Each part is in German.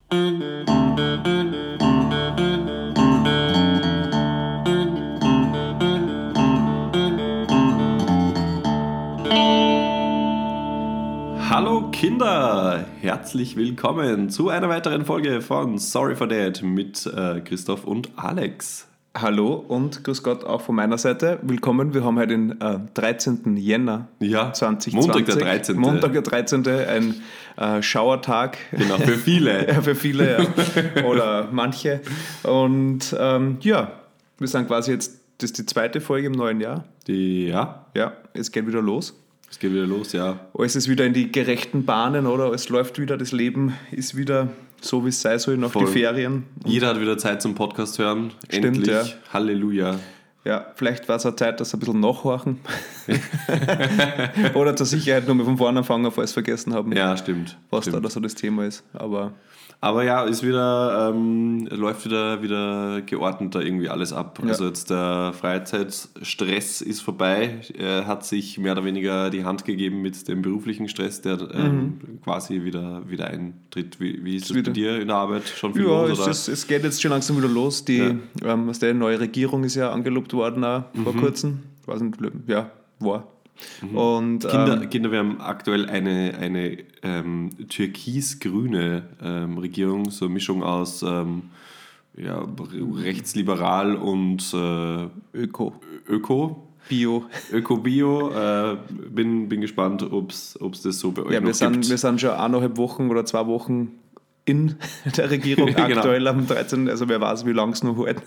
Hallo Kinder, herzlich willkommen zu einer weiteren Folge von Sorry for That mit Christoph und Alex. Hallo und grüß Gott auch von meiner Seite. Willkommen, wir haben heute den 13. Jänner 2020. Montag der 13. Montag der 13. Ein Schauertag. Genau, für viele. Ja, für viele, ja. Oder manche. Und wir sind quasi jetzt, das ist die zweite Folge im neuen Jahr. Ja, Es geht wieder los. es geht wieder los, ja. Alles ist wieder in die gerechten Bahnen, oder? Es läuft wieder, das Leben ist wieder so, wie es sein soll, nach Voll. die Ferien. Jeder hat wieder Zeit zum Podcast hören. Stimmt, endlich. ja. Halleluja. Ja, vielleicht war es auch Zeit, dass sie ein bisschen nachhorchen. Oder zur Sicherheit nur mal von vorne anfangen, falls sie vergessen haben, Ja, stimmt. was stimmt. da so das Thema ist. Aber ja, ist wieder, läuft wieder geordneter irgendwie alles ab. Ja. Also jetzt der Freizeitstress ist vorbei. Er hat sich mehr oder weniger die Hand gegeben mit dem beruflichen Stress, der quasi wieder eintritt. Wie ist das bei dir in der Arbeit? Schon viel Ja, los, oder? es geht jetzt schon langsam wieder los. Die neue Regierung ist ja angelobt worden auch vor kurzem. Ich weiß nicht, war. Und, Kinder, wir haben aktuell eine türkis-grüne Regierung, so eine Mischung aus rechtsliberal und Öko. Bio. Öko-Bio. Bin gespannt, ob's das so bei euch Ja, noch wir sind schon 1,5 Wochen oder 2 Wochen in der Regierung aktuell am 13. Also wer weiß, wie lange es noch hält.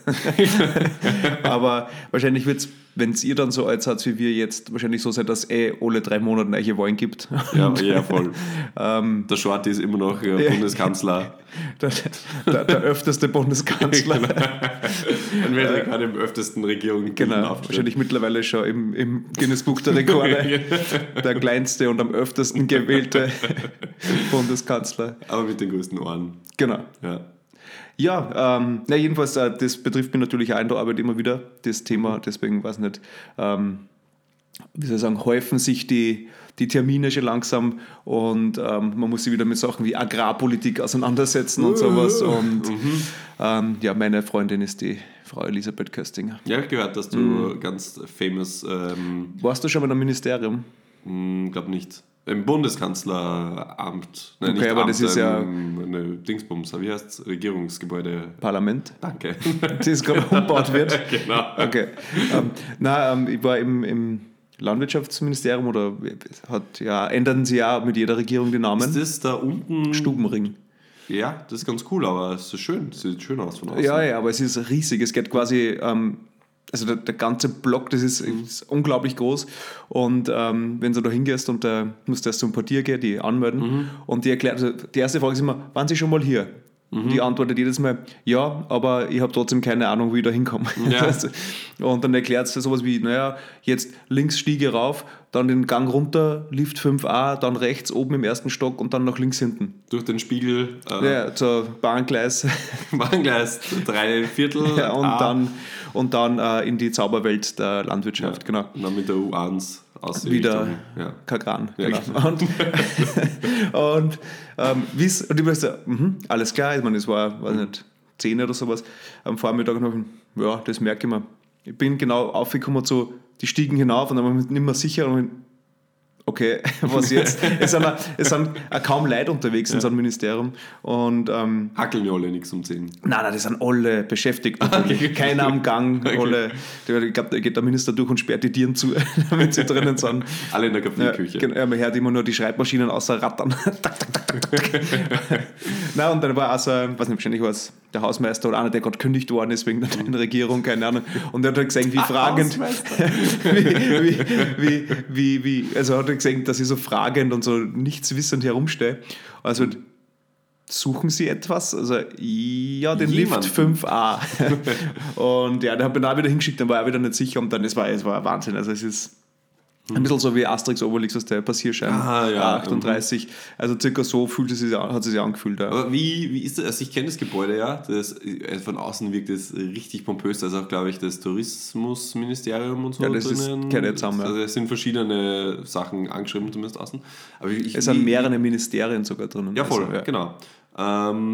Aber wahrscheinlich wird es, wenn ihr dann so alt seid wie wir jetzt, wahrscheinlich so sein, dass alle 3 Monate neue Wahlen gibt. Ja, voll. Der Shorty ist immer noch Bundeskanzler. Der öfteste Bundeskanzler. Dann wird er gerade im öftesten Regierung. Genau, wahrscheinlich mittlerweile schon im Guinness Buch der Rekorde. Der kleinste und am öftesten gewählte Bundeskanzler. Aber mit den größten Ohren. Genau. Ja. Jedenfalls, das betrifft mich natürlich auch in der Arbeit immer wieder, das Thema, deswegen weiß ich nicht, wie soll ich sagen, häufen sich die Termine schon langsam und man muss sich wieder mit Sachen wie Agrarpolitik auseinandersetzen und sowas und meine Freundin ist die Frau Elisabeth Köstinger. Ja, ich habe gehört, dass du ganz famous... Warst du schon mal im Ministerium? Glaube nicht. Im Bundeskanzleramt. Nein, Okay, nicht aber Amt, das ist ja... Eine Dingsbums, wie heißt es? Regierungsgebäude. Parlament? Danke. Das gerade umgebaut wird. Genau. Okay. Ich war im Landwirtschaftsministerium oder ändern sie ja mit jeder Regierung die Namen. Ist das da unten? Stubenring. Ja, das ist ganz cool, aber es ist schön. Es sieht schön aus von außen. Ja, aber es ist riesig. Es geht quasi... Also der ganze Block, das ist unglaublich groß und wenn du da hingehst und da musst du erst zum Portier gehen, die anmelden und die erklärt, also die erste Frage ist immer, waren Sie schon mal hier? Und die antwortet jedes Mal, ja, aber ich habe trotzdem keine Ahnung, wie ich da hinkomme. Ja. Und dann erklärt sie sowas wie, jetzt links Stiege rauf, dann den Gang runter, Lift 5a, dann rechts oben im ersten Stock und dann nach links hinten. Durch den Spiegel. Zur Bahngleis. Bahngleis 3/4. Ja, und dann in die Zauberwelt der Landwirtschaft, genau. Und dann mit der U1 aus wieder Richtung, Kagran. Ja, Genau. Und ich weiß, alles klar, ich meine, es war, weiß nicht, 10 oder sowas am Vormittag noch, das merke ich mir. Ich bin genau aufgekommen zu die Stiegen hinauf und dann war ich nicht mehr sicher und okay, was jetzt? Es sind auch kaum Leute unterwegs in so einem Ministerium. Und, hackeln ja alle nichts um 10. Nein, die sind alle beschäftigt. Natürlich. Keiner am Gang. Okay. Alle, ich glaube, da geht der Minister durch und sperrt die Tieren zu, damit sie drinnen sind. Alle in der Kaffeeküche. Man hört immer nur die Schreibmaschinen außer Rattern. Tak, tak, tak, tak, tak. Nein, und dann war auch so, weiß nicht, wahrscheinlich war es der Hausmeister oder einer, der gerade gekündigt worden ist wegen der neuen Regierung, keine Ahnung. Und der hat halt gesagt, wie fragend, also hat er gesagt, dass ich so fragend und so nichts wissend herumstehe. Also suchen Sie etwas? Also ja, den Jemand. Lift 5a. Und ja, der hat mir da wieder hingeschickt, dann war er wieder nicht sicher und dann, es war Wahnsinn. Also es ist ein bisschen so wie Asterix Obelix, was der Passierschein 38. Also circa so hat es sich angefühlt. Ja. Aber wie ist das? Also ich kenne das Gebäude ja. Von außen wirkt das richtig pompös. Da ist auch, glaube ich, das Tourismusministerium und so das drinnen. ist keine zusammen. Ja. Also es sind verschiedene Sachen angeschrieben, zumindest außen. Aber es sind mehrere Ministerien sogar drinnen. Ja, voll, also, ja. genau.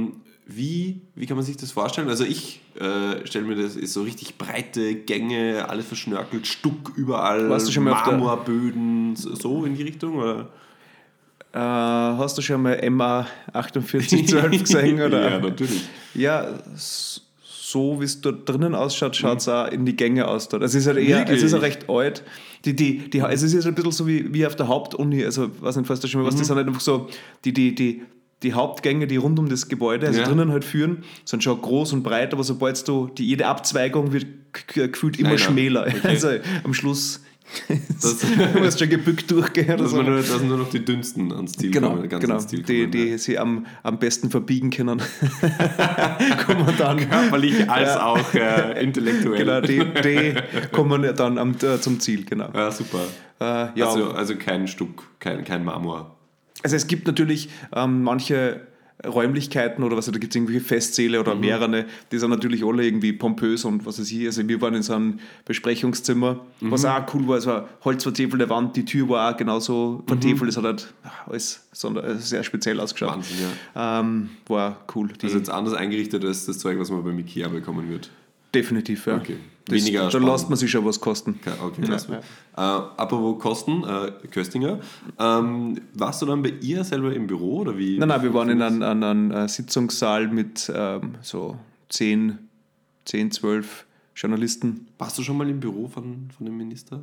Wie kann man sich das vorstellen? Also ich stelle mir das ist so richtig breite Gänge, alles verschnörkelt, Stuck überall, Warst du schon mal Marmorböden, so in die Richtung? Oder? Hast du schon mal MA 4812 gesehen? Oder? Ja, natürlich. Ja, so wie es dort drinnen ausschaut, schaut es auch in die Gänge aus dort. Es ist halt eher, es ist ja recht alt. Es ist ein bisschen so wie auf der Hauptuni, also weiß nicht, falls du schon mal was, das sind halt einfach so die Hauptgänge, die rund um das Gebäude, also drinnen halt führen, sind schon groß und breit, aber sobald jede Abzweigung wird gefühlt immer schmäler. Okay. Also am Schluss du musst schon gebückt durchgehen. Dass nur noch die Dünnsten ans Ziel kommen. Ans Ziel kommen, die sie am besten verbiegen können. Kommen dann, körperlich als auch intellektuell. Genau, die kommen dann zum Ziel, genau. Ja, super. Also kein Stuck, kein Marmor. Also es gibt natürlich manche Räumlichkeiten oder da gibt es irgendwelche Festsäle oder mehrere, die sind natürlich alle irgendwie pompös und was weiß ich. Also wir waren in so einem Besprechungszimmer, was auch cool war, es war holzvertäfelte Wand, die Tür war auch genauso vertäfelt, es hat halt alles sehr speziell ausgeschaut. Wahnsinn, ja. War cool. Also jetzt anders eingerichtet als das Zeug, was man beim Ikea bekommen wird. Definitiv, ja. Okay. Da lässt man sich schon was kosten. Okay, apropos Kosten, Köstinger, warst du dann bei ihr selber im Büro oder wie? Nein, wir waren in einem Sitzungssaal mit so 10, 12 Journalisten. Warst du schon mal im Büro von dem Minister?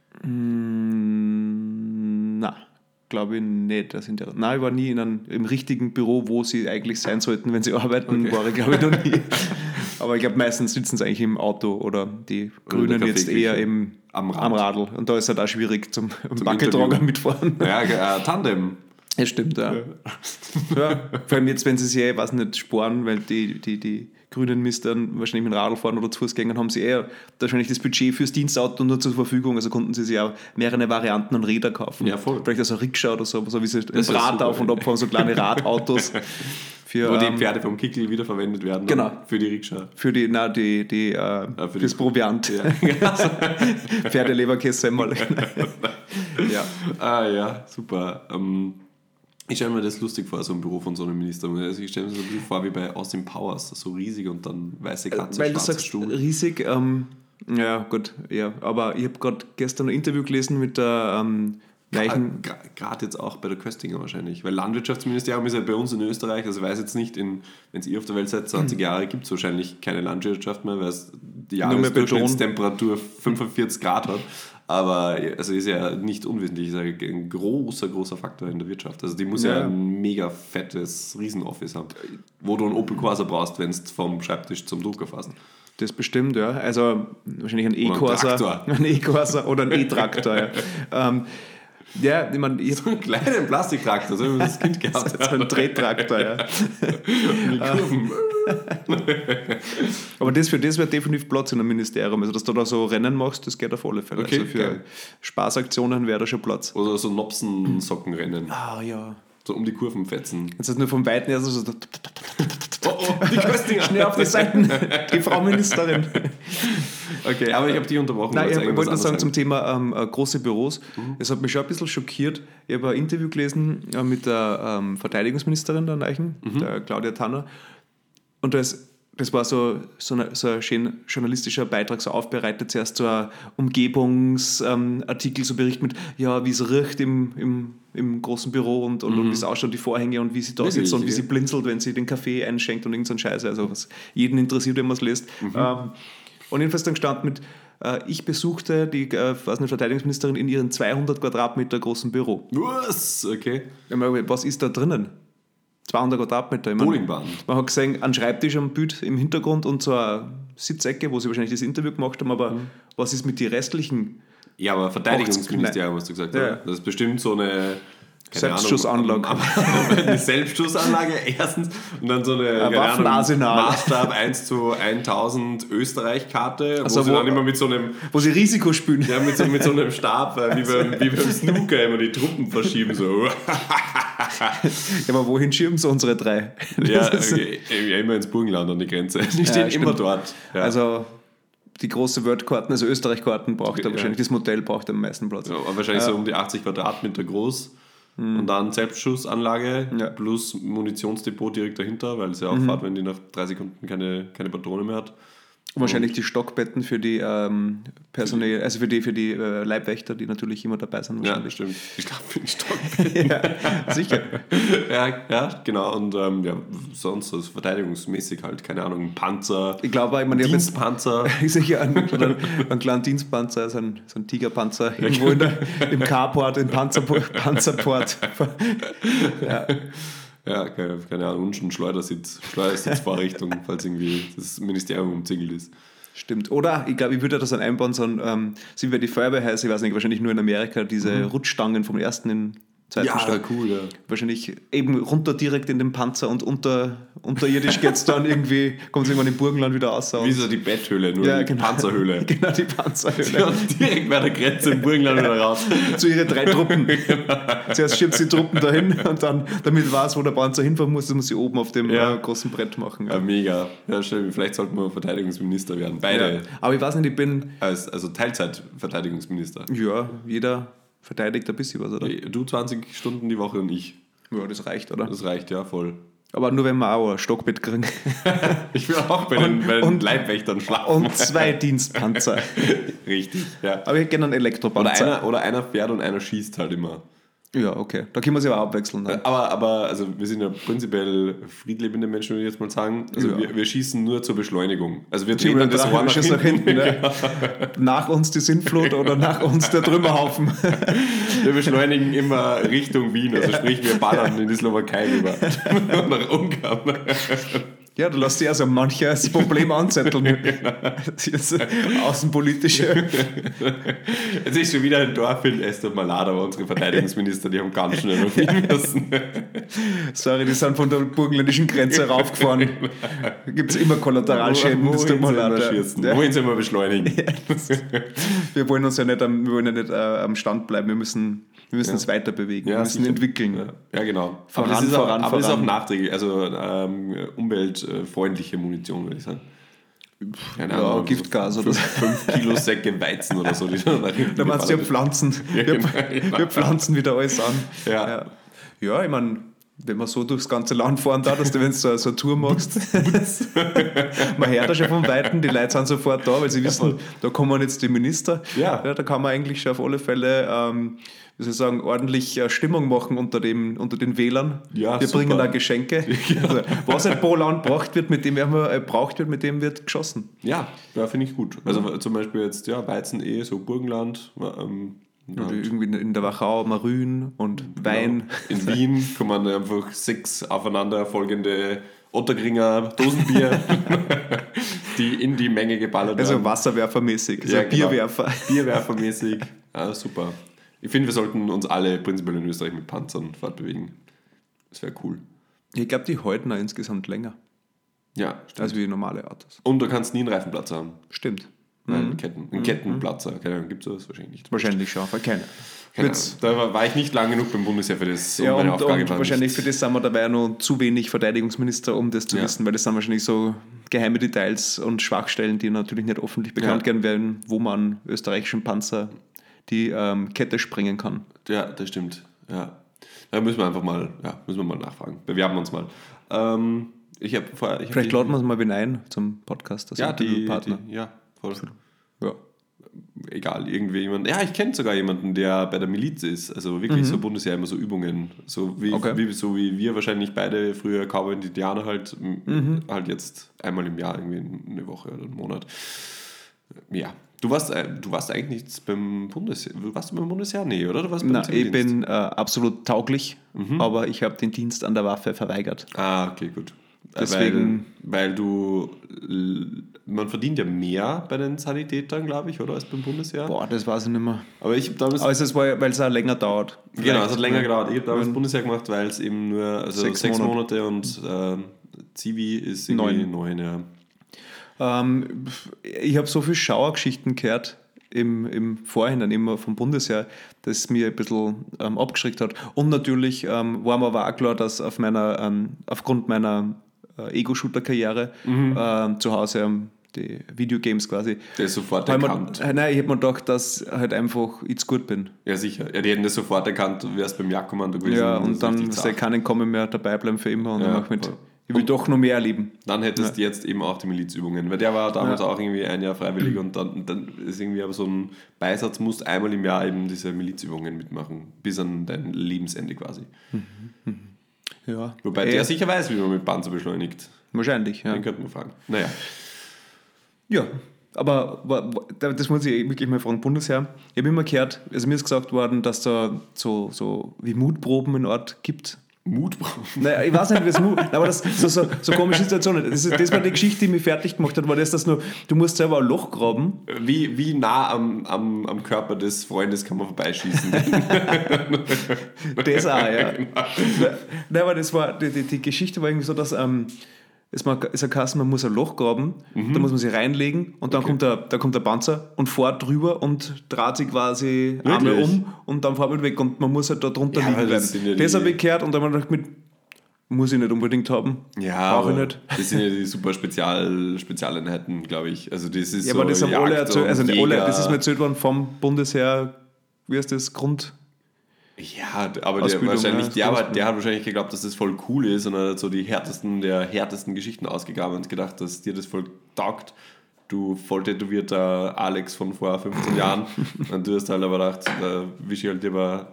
Nein, glaube ich nicht. Nein, ich war nie im richtigen Büro, wo sie eigentlich sein sollten, wenn sie arbeiten, war ich glaube ich noch nie. Aber ich glaube, meistens sitzen sie eigentlich im Auto oder die Grünen jetzt eher am Radl. Und da ist es halt auch schwierig zum Wackeltrager mitfahren. Ja, Tandem. Ja, stimmt, ja. Ja. Vor allem jetzt, wenn sie sich weiß nicht, sparen, weil die Grünen Mistern wahrscheinlich mit dem Radl fahren oder zu Fuß gehen, haben sie wahrscheinlich das Budget fürs Dienstauto nur zur Verfügung. Also konnten sie sich auch mehrere Varianten an Räder kaufen. Ja, voll. Vielleicht also Rikscha oder so wie sie im Rad auf und ab fahren, so kleine Radautos. Wo die Pferde vom Kickel wiederverwendet werden. Genau. Für die Rikscha. Für das Proviant. Ja. Pferdeleberkäse mal. Ja. Ja, super. Ich stelle mir das lustig vor, so ein Büro von so einem Minister. Also ich stelle mir so ein bisschen vor wie bei Austin Powers, so riesig und dann weiße Katze, weil du sagst, Stuhl. Riesig, ja gut, ja. Aber ich habe gerade gestern ein Interview gelesen mit der Gerade jetzt auch bei der Köstinger wahrscheinlich, weil Landwirtschaftsministerium ist ja bei uns in Österreich, also ich weiß jetzt nicht, wenn ihr auf der Welt seid, 20 Jahre gibt es wahrscheinlich keine Landwirtschaft mehr, weil es die Jahresdurchschnittstemperatur 45 Grad hat, aber also ist ja nicht unwesentlich, ist ja ein großer Faktor in der Wirtschaft, also die muss ja ein mega fettes Riesenoffice haben, wo du einen Opel Corsa brauchst, wenn es vom Schreibtisch zum Drucker fährst. Das bestimmt, ja, also wahrscheinlich ein E-Corsa oder ein E-Traktor, ja. Ja, ich meine, so einen kleinen Plastiktraktor, so wie man das Kind gehabt hat. So ein Drehtraktor, ja. Aber für das wäre definitiv Platz in einem Ministerium. Also, dass du da so Rennen machst, das geht auf alle Fälle. Okay, also für Spaßaktionen wäre da schon Platz. Oder so Nopsensockenrennen. Ah, ja. So um die Kurven fetzen. Jetzt hast du nur vom Weiten her so die Köstinger. Schnell auf die Seiten, die Frau Ministerin. Okay, aber ich habe die unterbrochen. Nein, ich wollte nur sagen zum Thema große Büros. Es hat mich schon ein bisschen schockiert. Ich habe ein Interview gelesen mit der Verteidigungsministerin der Neichen, der Claudia Tanner. Und das war so ein schön journalistischer Beitrag, so aufbereitet. Zuerst so ein Umgebungsartikel, so Bericht mit, ja, wie es riecht im großen Büro und wie es ausschaut, die Vorhänge und wie sie da sitzt und wie sie blinzelt, wenn sie den Kaffee einschenkt und irgend so ein Scheiße. Also was jeden interessiert, wenn man es liest. Und jedenfalls dann stand mit, ich besuchte die Verteidigungsministerin in ihrem 200 Quadratmeter großen Büro. Was? Okay. Was ist da drinnen? 200 Quadratmeter. Bowlingbahn. Man hat gesehen, einen Schreibtisch am Bild im Hintergrund und so eine Sitzecke, wo sie wahrscheinlich das Interview gemacht haben, aber was ist mit den restlichen? Ja, aber Verteidigungsministerium hast du gesagt, ja. Das ist bestimmt so eine Selbstschussanlage. Eine Selbstschussanlage erstens und dann so eine Maßstab 1:1000 Österreich-Karte, also wo sie dann immer mit so einem... Wo sie Risiko spielen. Ja, mit so einem Stab, wie beim Snooker immer die Truppen verschieben. So. Ja, aber wohin schieben sie unsere drei? Ja, immer ins Burgenland an die Grenze. Die stehen immer dort. Ja. Also... Die große Worldkarten, also Österreich-Karten braucht er wahrscheinlich, das Modell braucht am meisten Platz. Ja, wahrscheinlich so um die 80 Quadratmeter groß. und dann Selbstschussanlage Ja. plus Munitionsdepot direkt dahinter, weil es ja auffahrt, wenn die nach 3 Sekunden keine Patrone mehr hat. Und wahrscheinlich die Stockbetten für die Personal, also für die Leibwächter, die natürlich immer dabei sind. Ja, Wahrscheinlich. stimmt. Ich glaube, für die Stockbetten. Ja, sicher. ja, genau. Und sonst also verteidigungsmäßig halt, keine Ahnung, ein Panzer, Ich glaube, ich meine, Dienstpanzer. sicher einen kleinen Dienstpanzer, so ein Tigerpanzer, irgendwo im Carport, im Panzerport. Ja. Ja, keine Ahnung, und schon Schleudersitzvorrichtung, falls irgendwie das Ministerium umzingelt ist. Stimmt. Oder ich glaube, ich würde das dann einbauen, so ein, sind wir die Feuerwehr heißt, ich weiß nicht, wahrscheinlich nur in Amerika, diese Rutschstangen vom ersten in den zweiten Stock. Cool, ja. Wahrscheinlich eben runter direkt in den Panzer und unterirdisch geht es dann irgendwie, kommt es irgendwann im Burgenland wieder raus. Wie so die Betthöhle, nur die genau. Panzerhöhle. Genau, die Panzerhöhle. Und direkt bei der Grenze im Burgenland wieder raus. Zu ihren 3 Truppen. Zuerst schiebt sie die Truppen dahin und dann, damit weiß, wo der Panzer hinfahren muss, muss sie oben auf dem großen Brett machen. Ja, mega. Ja, schön. Vielleicht sollten wir Verteidigungsminister werden. Beide. Ja. Aber ich weiß nicht, ich bin... Also Teilzeit-Verteidigungsminister. Ja, jeder verteidigt ein bisschen was, oder? Du 20 Stunden die Woche und ich. Ja, das reicht, oder? Das reicht, ja, voll. Aber nur, wenn wir auch ein Stockbett kriegen. Ich will auch bei den Leibwächtern schlafen. Und 2 Dienstpanzer. Richtig, ja. Aber ich hätte gerne einen Elektropanzer. Oder einer fährt und einer schießt halt immer. Ja, okay. Da können wir sich aber abwechseln. Ne? Aber also wir sind ja prinzipiell friedlebende Menschen, würde ich jetzt mal sagen. Also wir schießen nur zur Beschleunigung. Also wir drehen dann das Rohr nach hinten. Ne? Nach uns die Sintflut oder nach uns der Trümmerhaufen. Wir beschleunigen immer Richtung Wien. Also sprich, wir ballern in die Slowakei rüber. Nach Ungarn. Ja, du lässt dir also manches Problem anzetteln. Das außenpolitische. Jetzt ist schon wieder ein Dorf in Estor Malad, aber unsere Verteidigungsminister, die haben ganz schnell noch fliegen müssen. Sorry, die sind von der burgenländischen Grenze raufgefahren. Da gibt es immer Kollateralschäden. Wohin sollen wir beschleunigen? Wir wollen uns ja nicht am Stand bleiben, wir müssen es weiter bewegen, wir müssen entwickeln. Ja, genau. Voran. Das ist auch nachträglich, also umweltfreundliche Munition, würde ich sagen. Keine Ahnung, Giftgas so oder so. 5 Kilo Säcke Weizen oder so. Da meinst du ja Pflanzen. Wir pflanzen wieder alles an. Ja, ich meine, wenn man so durchs ganze Land fahren darf, dass du, wenn du so eine Tour machst, man hört das schon von Weitem, die Leute sind sofort da, weil sie wissen, da kommen jetzt die Minister. Ja, da kann man eigentlich schon auf alle Fälle, wie soll ich sagen, ordentlich Stimmung machen unter den Wählern. Ja, wir bringen da Geschenke. Also, was ein pro Land braucht wird, mit dem wird geschossen. Ja, finde ich gut. Also zum Beispiel jetzt Weizen so Burgenland. Oder irgendwie in der Wachau Marün und Wein. In Wien kann man einfach 6 aufeinanderfolgende Ottergringer Dosenbier, die in die Menge geballert werden. Also wasserwerfermäßig, also Bierwerfer. Genau. Bierwerfermäßig. Ja, super. Ich finde, wir sollten uns alle prinzipiell in Österreich mit Panzern fortbewegen. Das wäre cool. Ich glaube, die halten auch insgesamt länger. Ja, stimmt. Als wie normale Autos. Und du kannst nie einen Reifenplatz haben. Stimmt. Ein Kettenplatzer. Keine Ahnung, gibt es das wahrscheinlich nicht. Wahrscheinlich schon, aber keine. Da war ich nicht lang genug beim Bundesheer für das. Ja, und wahrscheinlich für das sind wir dabei noch zu wenig Verteidigungsminister, um das zu wissen, weil das sind wahrscheinlich so geheime Details und Schwachstellen, die natürlich nicht öffentlich bekannt werden, wo man österreichischen Panzer die Kette sprengen kann. Ja, das stimmt. Ja. Da müssen wir einfach mal, nachfragen. Bewerben uns mal. Vielleicht laden wir uns mal wen ein zum Podcast. Also die Partner. Voll. Ja. Egal, irgendwie jemand. Ja, ich kenne sogar jemanden, der bei der Miliz ist. Also wirklich so Bundesheer, immer so Übungen. So wie wir wahrscheinlich beide früher Cowboy und Indianer halt jetzt einmal im Jahr, irgendwie eine Woche oder einen Monat. Ja. Du warst eigentlich nichts beim Bundesheer. Warst du beim Bundesheer? Nee, oder? Du warst beim ich bin absolut tauglich, aber ich habe den Dienst an der Waffe verweigert. Ah, okay, gut. Deswegen, weil man verdient ja mehr bei den Sanitätern, glaube ich, oder als beim Bundesheer. Boah, das weiß ich nicht mehr. Aber es war, weil es auch länger dauert. Genau, es hat länger gedauert. Ich habe damals das Bundesheer gemacht, weil es eben nur 6 Monate und Zivi ist irgendwie 9, ja. Ich habe so viele Schauergeschichten gehört im Vorhinein immer vom Bundesheer, das mir ein bisschen abgeschreckt hat. Und natürlich war mir aber auch klar, dass aufgrund meiner Ego-Shooter-Karriere zu Hause die Videogames quasi. Der ist sofort erkannt. Nein, ich hätte mir gedacht, dass halt einfach ich jetzt gut bin. Ja, sicher. Ja, die hätten das sofort erkannt, du wärst beim Jagdkommando gewesen. Ja, und dann kann ich kommen mehr dabei bleiben für immer und dann mach mit. Ich will und doch noch mehr erleben. Dann hättest du jetzt eben auch die Milizübungen, weil der war damals auch irgendwie ein Jahr freiwillig und dann ist irgendwie aber so ein Beisatz, musst einmal im Jahr eben diese Milizübungen mitmachen, bis an dein Lebensende quasi. Ja. Wobei der sicher weiß, wie man mit Panzer beschleunigt. Wahrscheinlich, ja. Den könnte man fragen. Naja. Ja, aber das muss ich wirklich mal fragen, Bundesheer. Ich habe immer gehört, also mir ist gesagt worden, dass da so wie Mutproben in Ort gibt. Mutproben? Naja, ich weiß nicht, wie es aber das so komische Situationen. Das war die Geschichte, die mich fertig gemacht hat, war das nur, du musst selber ein Loch graben. Wie nah am Körper des Freundes kann man vorbeischießen? Das auch, ja. Nein, aber das war, die Geschichte war irgendwie so, dass ist ein Kasten, man muss ein Loch graben, da muss man sich reinlegen und dann kommt der Panzer und fährt drüber und dreht sich quasi einmal um und dann fährt man weg und man muss halt da drunter liegen bleiben. Das habe ich gehört und dann habe ich gedacht, muss ich nicht unbedingt haben. Ja, brauche ich nicht. Das sind ja die super Spezialeinheiten, glaube ich. Also das ist ja, so aber das haben alle erzählt, also das ist mir Jäger. erzählt worden vom Bundesheer, wie heißt das, Grund... Ja, aber der hat wahrscheinlich geglaubt, dass das voll cool ist und er hat so die härtesten Geschichten ausgegraben und gedacht, dass dir das voll taugt. Du voll tätowierter Alex von vor 15 Jahren und du hast halt aber gedacht, da wische ich halt lieber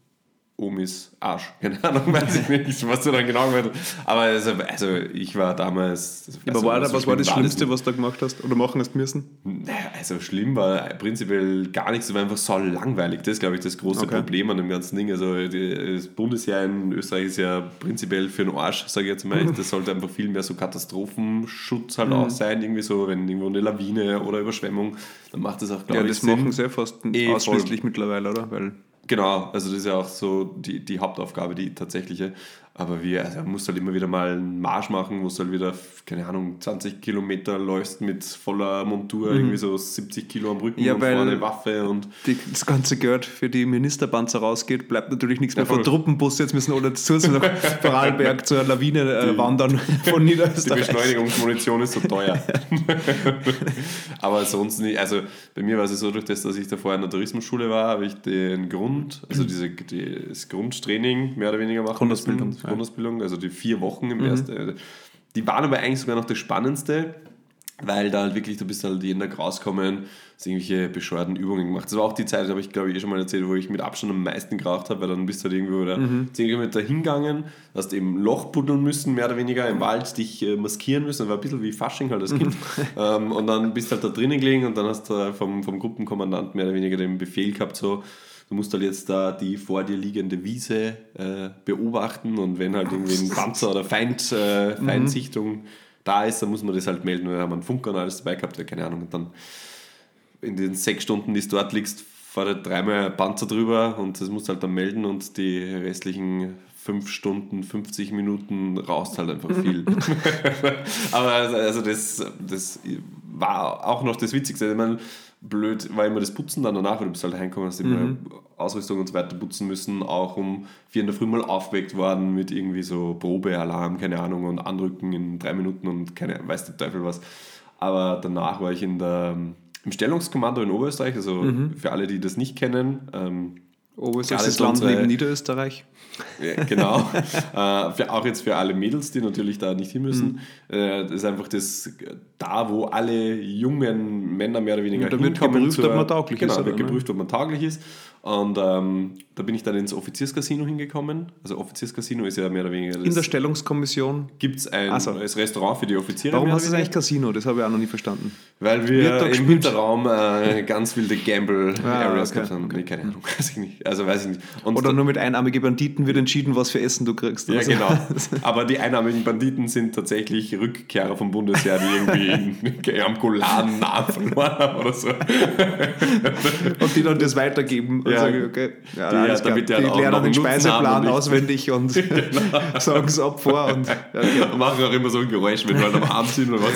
Omis Arsch. Keine Ahnung, weiß ich nicht, was du dann genau gemacht hast. Aber also ich war damals... Aber was war das Schlimmste, was du da gemacht hast oder machen hast müssen? Also schlimm war prinzipiell gar nichts, es war einfach so langweilig. Das ist, glaube ich, das große Problem an dem ganzen Ding. Also das Bundesheer in Österreich ist ja prinzipiell für den Arsch, sage ich jetzt mal. Das sollte einfach viel mehr so Katastrophenschutz halt auch sein. Irgendwie so, wenn irgendwo eine Lawine oder Überschwemmung, dann macht das auch, glaube ich, Sinn. Ja, das machen sie ja fast ausschließlich mittlerweile, oder? Genau, also das ist ja auch so die Hauptaufgabe, die tatsächliche. Aber man muss halt immer wieder mal einen Marsch machen, wo du halt wieder, keine Ahnung, 20 Kilometer läufst mit voller Montur, irgendwie so 70 Kilo am Rücken und vorne Waffe. Und das ganze Geld für die Ministerpanzer rausgeht, bleibt natürlich nichts mehr von Truppenbus. Jetzt müssen alle zusätzlich nach Vorarlberg zur Lawine wandern von Niederösterreich. Die Beschleunigungsmunition ist so teuer. Aber sonst nicht. Also bei mir war es so, durch das, dass ich davor in der Tourismusschule war, habe ich den das Grundtraining mehr oder weniger machen müssen. Grundausbildung, also die 4 Wochen im ersten. Die waren aber eigentlich sogar noch das Spannendste, weil da halt wirklich, du bist halt jeden Tag rausgekommen, hast irgendwelche bescheuerten Übungen gemacht. Das war auch die Zeit, habe ich glaube ich schon mal erzählt, wo ich mit Abstand am meisten geraucht habe, weil dann bist du halt irgendwo wieder 10 Kilometer hingegangen, hast eben Loch buddeln müssen, mehr oder weniger im Wald, dich maskieren müssen, das war ein bisschen wie Fasching halt als Kind. Und dann bist du halt da drinnen gelegen und dann hast du vom Gruppenkommandant mehr oder weniger den Befehl gehabt, so, du musst halt jetzt da die vor dir liegende Wiese beobachten und wenn halt irgendwie ein Panzer oder Feindsichtung da ist, dann muss man das halt melden. Und dann haben wir einen Funker und alles dabei gehabt, ja, keine Ahnung. Und dann in den 6 Stunden, die du dort liegst, fährt halt 3-mal ein Panzer drüber und das musst du halt dann melden und die restlichen 5 Stunden, 50 Minuten rauchst halt einfach viel. Aber also das war auch noch das Witzigste. Ich meine, blöd war immer das Putzen dann danach, weil du bist halt heimgekommen, hast immer Ausrüstung und so weiter putzen müssen, auch um 4 in der Früh mal aufgeweckt worden mit irgendwie so Probealarm, keine Ahnung, und Anrücken in 3 Minuten und weiß der Teufel was. Aber danach war ich im Stellungskommando in Oberösterreich, also für alle, die das nicht kennen. Oberösterreich ist das Land neben Niederösterreich. Ja, genau. Auch jetzt für alle Mädels, die natürlich da nicht hin müssen. Das ist einfach da, wo alle jungen Männer mehr oder weniger hinkommen. Da wird geprüft, ob man tauglich ist. Genau, wird geprüft, ob man tauglich ist. Und da bin ich dann ins Offizierscasino hingekommen. Also Offizierscasino ist ja mehr oder weniger... In der Stellungskommission? Gibt es ein Restaurant für die Offiziere. Warum heißt es eigentlich Casino? Das habe ich auch noch nie verstanden. Weil wir im Hinterraum ganz wilde Gamble-Areas gehabt haben. Okay. Keine Ahnung, weiß ich nicht. Und oder nur mit einarmigen Banditen wird entschieden, was für Essen du kriegst. Ja, genau. Aber die einarmigen Banditen sind tatsächlich Rückkehrer vom Bundesheer, die irgendwie am Goladen Namen verloren haben oder so. Und die dann das weitergeben und sagen, okay, damit die lernen den Speiseplan auswendig und sagen es ab vor. Und machen auch immer so ein Geräusch, wenn wir am Abend sind und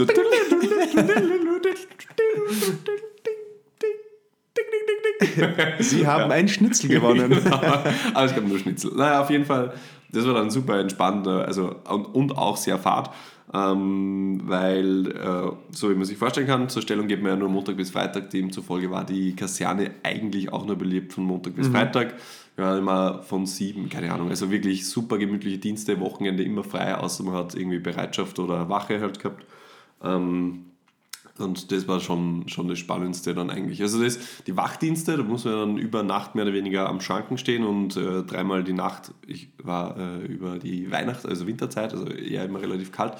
Sie haben ein Schnitzel gewonnen. Genau. Aber es gab nur Schnitzel. Naja, auf jeden Fall, das war dann super entspannt und auch sehr fad. weil, so wie man sich vorstellen kann, zur Stellung geht man ja nur Montag bis Freitag, demzufolge war die Kaserne eigentlich auch nur belebt von Montag bis Freitag. Wir waren immer von 7, keine Ahnung, also wirklich super gemütliche Dienste, Wochenende immer frei, außer man hat irgendwie Bereitschaft oder Wache halt gehabt. Und das war schon das Spannendste dann eigentlich. Also die Wachdienste, da muss man dann über Nacht mehr oder weniger am Schranken stehen und dreimal die Nacht, ich war über die also Winterzeit, also eher immer relativ kalt.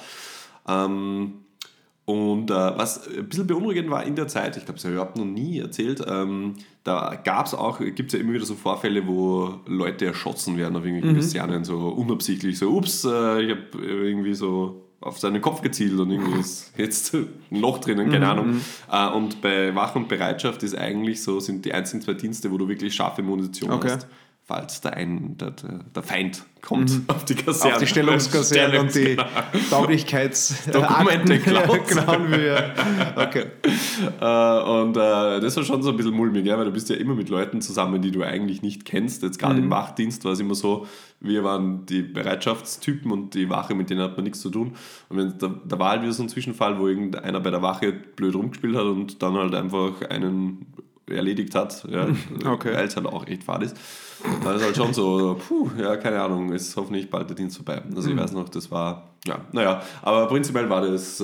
Und was ein bisschen beunruhigend war in der Zeit, ich glaube, das habe ich überhaupt noch nie erzählt, da gibt es ja immer wieder so Vorfälle, wo Leute erschossen werden auf irgendwelchen Kasernen, so unabsichtlich, so ups, ich habe irgendwie so auf seinen Kopf gezielt und irgendwie ist jetzt ein Loch drinnen, keine Ahnung. Und bei Wach und Bereitschaft ist eigentlich so, sind die einzigen 2 Dienste, wo du wirklich scharfe Munition hast, falls der Feind kommt auf die Kaserne. Auf die Stellungskaserne und die Tauglichkeitsdokumente klauen wir. Okay. Und das war schon so ein bisschen mulmig, ja, weil du bist ja immer mit Leuten zusammen, die du eigentlich nicht kennst. Jetzt gerade im Wachdienst war es immer so, wir waren die Bereitschaftstypen und die Wache, mit denen hat man nichts zu tun. Und da war halt wieder so ein Zwischenfall, wo irgendeiner bei der Wache blöd rumgespielt hat und dann halt einfach einen erledigt hat, ja, weil es halt auch echt fad ist. Dann ist halt schon so, keine Ahnung, ist hoffentlich bald der Dienst vorbei. Also ich weiß noch, das war, aber prinzipiell war das,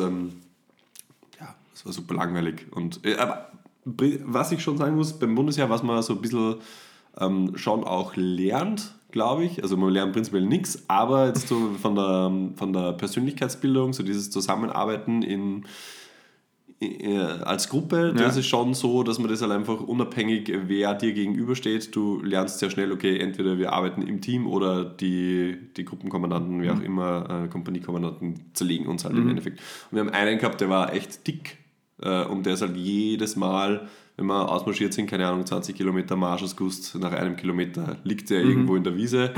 das war super langweilig. Und aber was ich schon sagen muss, beim Bundesheer, was man so ein bisschen schon auch lernt, glaube ich, also man lernt prinzipiell nichts, aber jetzt so von der Persönlichkeitsbildung, so dieses Zusammenarbeiten als Gruppe, das ist schon so, dass man das halt einfach unabhängig, wer dir gegenübersteht, du lernst sehr schnell, okay, entweder wir arbeiten im Team oder die Gruppenkommandanten, wie auch immer, Kompaniekommandanten zerlegen uns halt im Endeffekt. Und wir haben einen gehabt, der war echt dick und der ist halt jedes Mal, wenn wir ausmarschiert sind, keine Ahnung, 20 Kilometer Marsch aus Gust, nach einem Kilometer liegt der irgendwo in der Wiese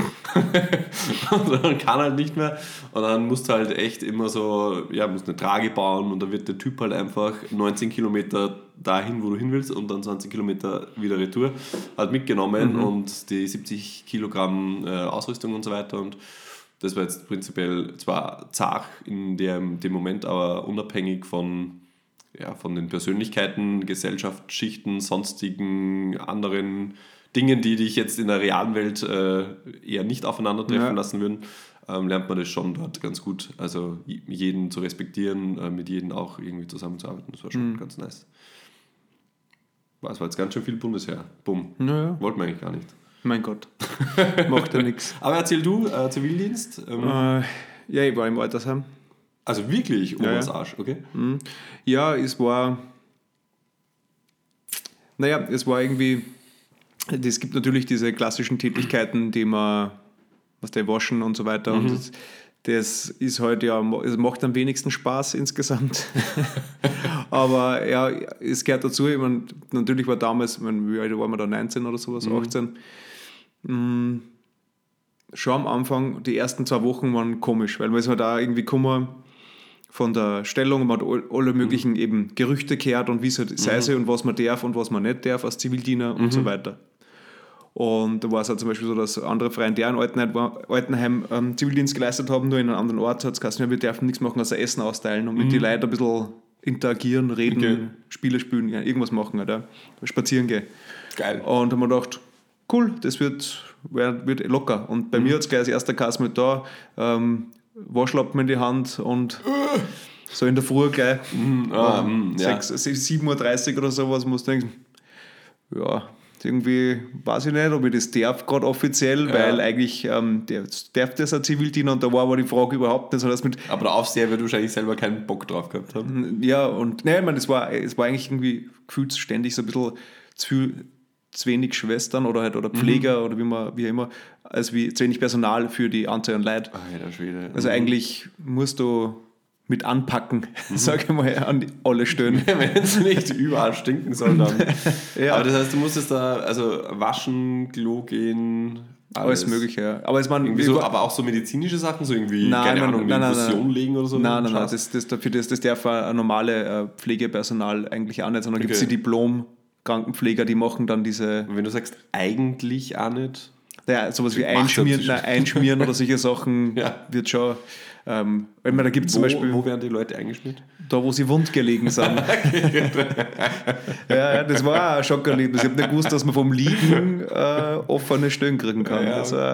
und dann kann halt nicht mehr und dann musst du halt echt immer so, musst eine Trage bauen und dann wird der Typ halt einfach 19 Kilometer dahin, wo du hin willst und dann 20 Kilometer wieder retour halt mitgenommen und die 70 Kilogramm Ausrüstung und so weiter und das war jetzt prinzipiell zwar zart in dem Moment, aber unabhängig von den Persönlichkeiten, Gesellschaftsschichten, sonstigen anderen Dingen, die dich jetzt in der realen Welt eher nicht aufeinandertreffen lassen würden, lernt man das schon dort ganz gut. Also jeden zu respektieren, mit jedem auch irgendwie zusammenzuarbeiten, das war schon ganz nice. Es war jetzt ganz schön viel Bundesheer. Bumm. Naja. Wollten wir eigentlich gar nicht. Mein Gott. Macht ja nichts. Aber erzähl du, Zivildienst? Ich war im Altersheim. Also wirklich Omas Arsch, okay? Ja, es war irgendwie, es gibt natürlich diese klassischen Tätigkeiten, die man, waschen und so weiter und das ist halt es macht am wenigsten Spaß insgesamt. Aber ja, es gehört dazu, ich meine, natürlich war damals, wie alt waren wir da, 19 oder sowas, 18, schon am Anfang, die ersten 2 Wochen waren komisch, weil man ist halt da irgendwie gekommen von der Stellung, man hat alle möglichen eben Gerüchte gehört und wie es halt sei und was man darf und was man nicht darf als Zivildiener und so weiter. Und da war es halt zum Beispiel so, dass andere Freunde, die auch in Altenheim Zivildienst geleistet haben, nur in einem anderen Ort, hat es geheißen, wir dürfen nichts machen, außer Essen austeilen und mit den Leuten ein bisschen interagieren, reden, Spiele spielen, irgendwas machen, halt, spazieren gehen. Geil. Und da haben wir gedacht, cool, das wird locker. Und bei mir hat es gleich als erster Kasten mit da, Waschlappen in die Hand und so in der Früh gleich 7:30 Uhr oder sowas, musst du denken, irgendwie weiß ich nicht, ob ich das darf gerade offiziell, weil eigentlich darf das ein Zivildiener und da war aber die Frage überhaupt nicht so, dass mit... Aber der Aufseher wird wahrscheinlich selber keinen Bock drauf gehabt haben. Ja, und ich meine, es war eigentlich irgendwie gefühlt ständig so ein bisschen zu wenig Schwestern oder Pfleger oder wie immer, als wie zu wenig Personal für die Anzahl an Leuten. Alter Schwede. Also eigentlich musst du mit anpacken, sag ich mal, an alle Stellen. Wenn es nicht überall stinken soll, dann. Aber das heißt, du musstest da also waschen, Klo gehen, alles Mögliche, ja. Aber, aber auch so medizinische Sachen, so irgendwie, Infusion legen oder so? Nein, das darf eine normale Pflegepersonal eigentlich auch nicht, sondern gibt es die Diplom-Krankenpfleger, die machen dann diese... Und wenn du sagst, eigentlich auch nicht? Ja, sowas wie Einschmieren oder solche Sachen wird schon... Da gibt es zum Beispiel... Wo werden die Leute eingeschnitten? Da, wo sie wund gelegen sind. Ja, das war auch ein Schockerlebnis. Ich habe nicht gewusst, dass man vom Liegen offene Stellen kriegen kann. Ja, Also,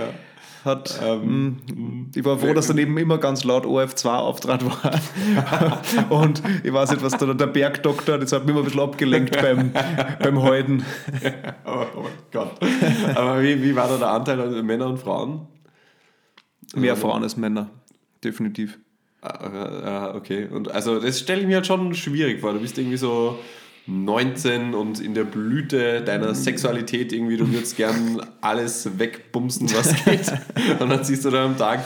ich war froh, dass daneben immer ganz laut OF2 auftrat war. Und ich weiß nicht, was da der Bergdoktor, das hat mich immer ein bisschen abgelenkt beim Halten. Oh mein Gott. Aber wie war da der Anteil an Männer und Frauen? Mehr Frauen als Männer, definitiv. Okay. Und also das stelle ich mir halt schon schwierig vor. Du bist irgendwie so 19 und in der Blüte deiner Sexualität irgendwie, du würdest gern alles wegbumsen, was geht. Und dann siehst du da am Tag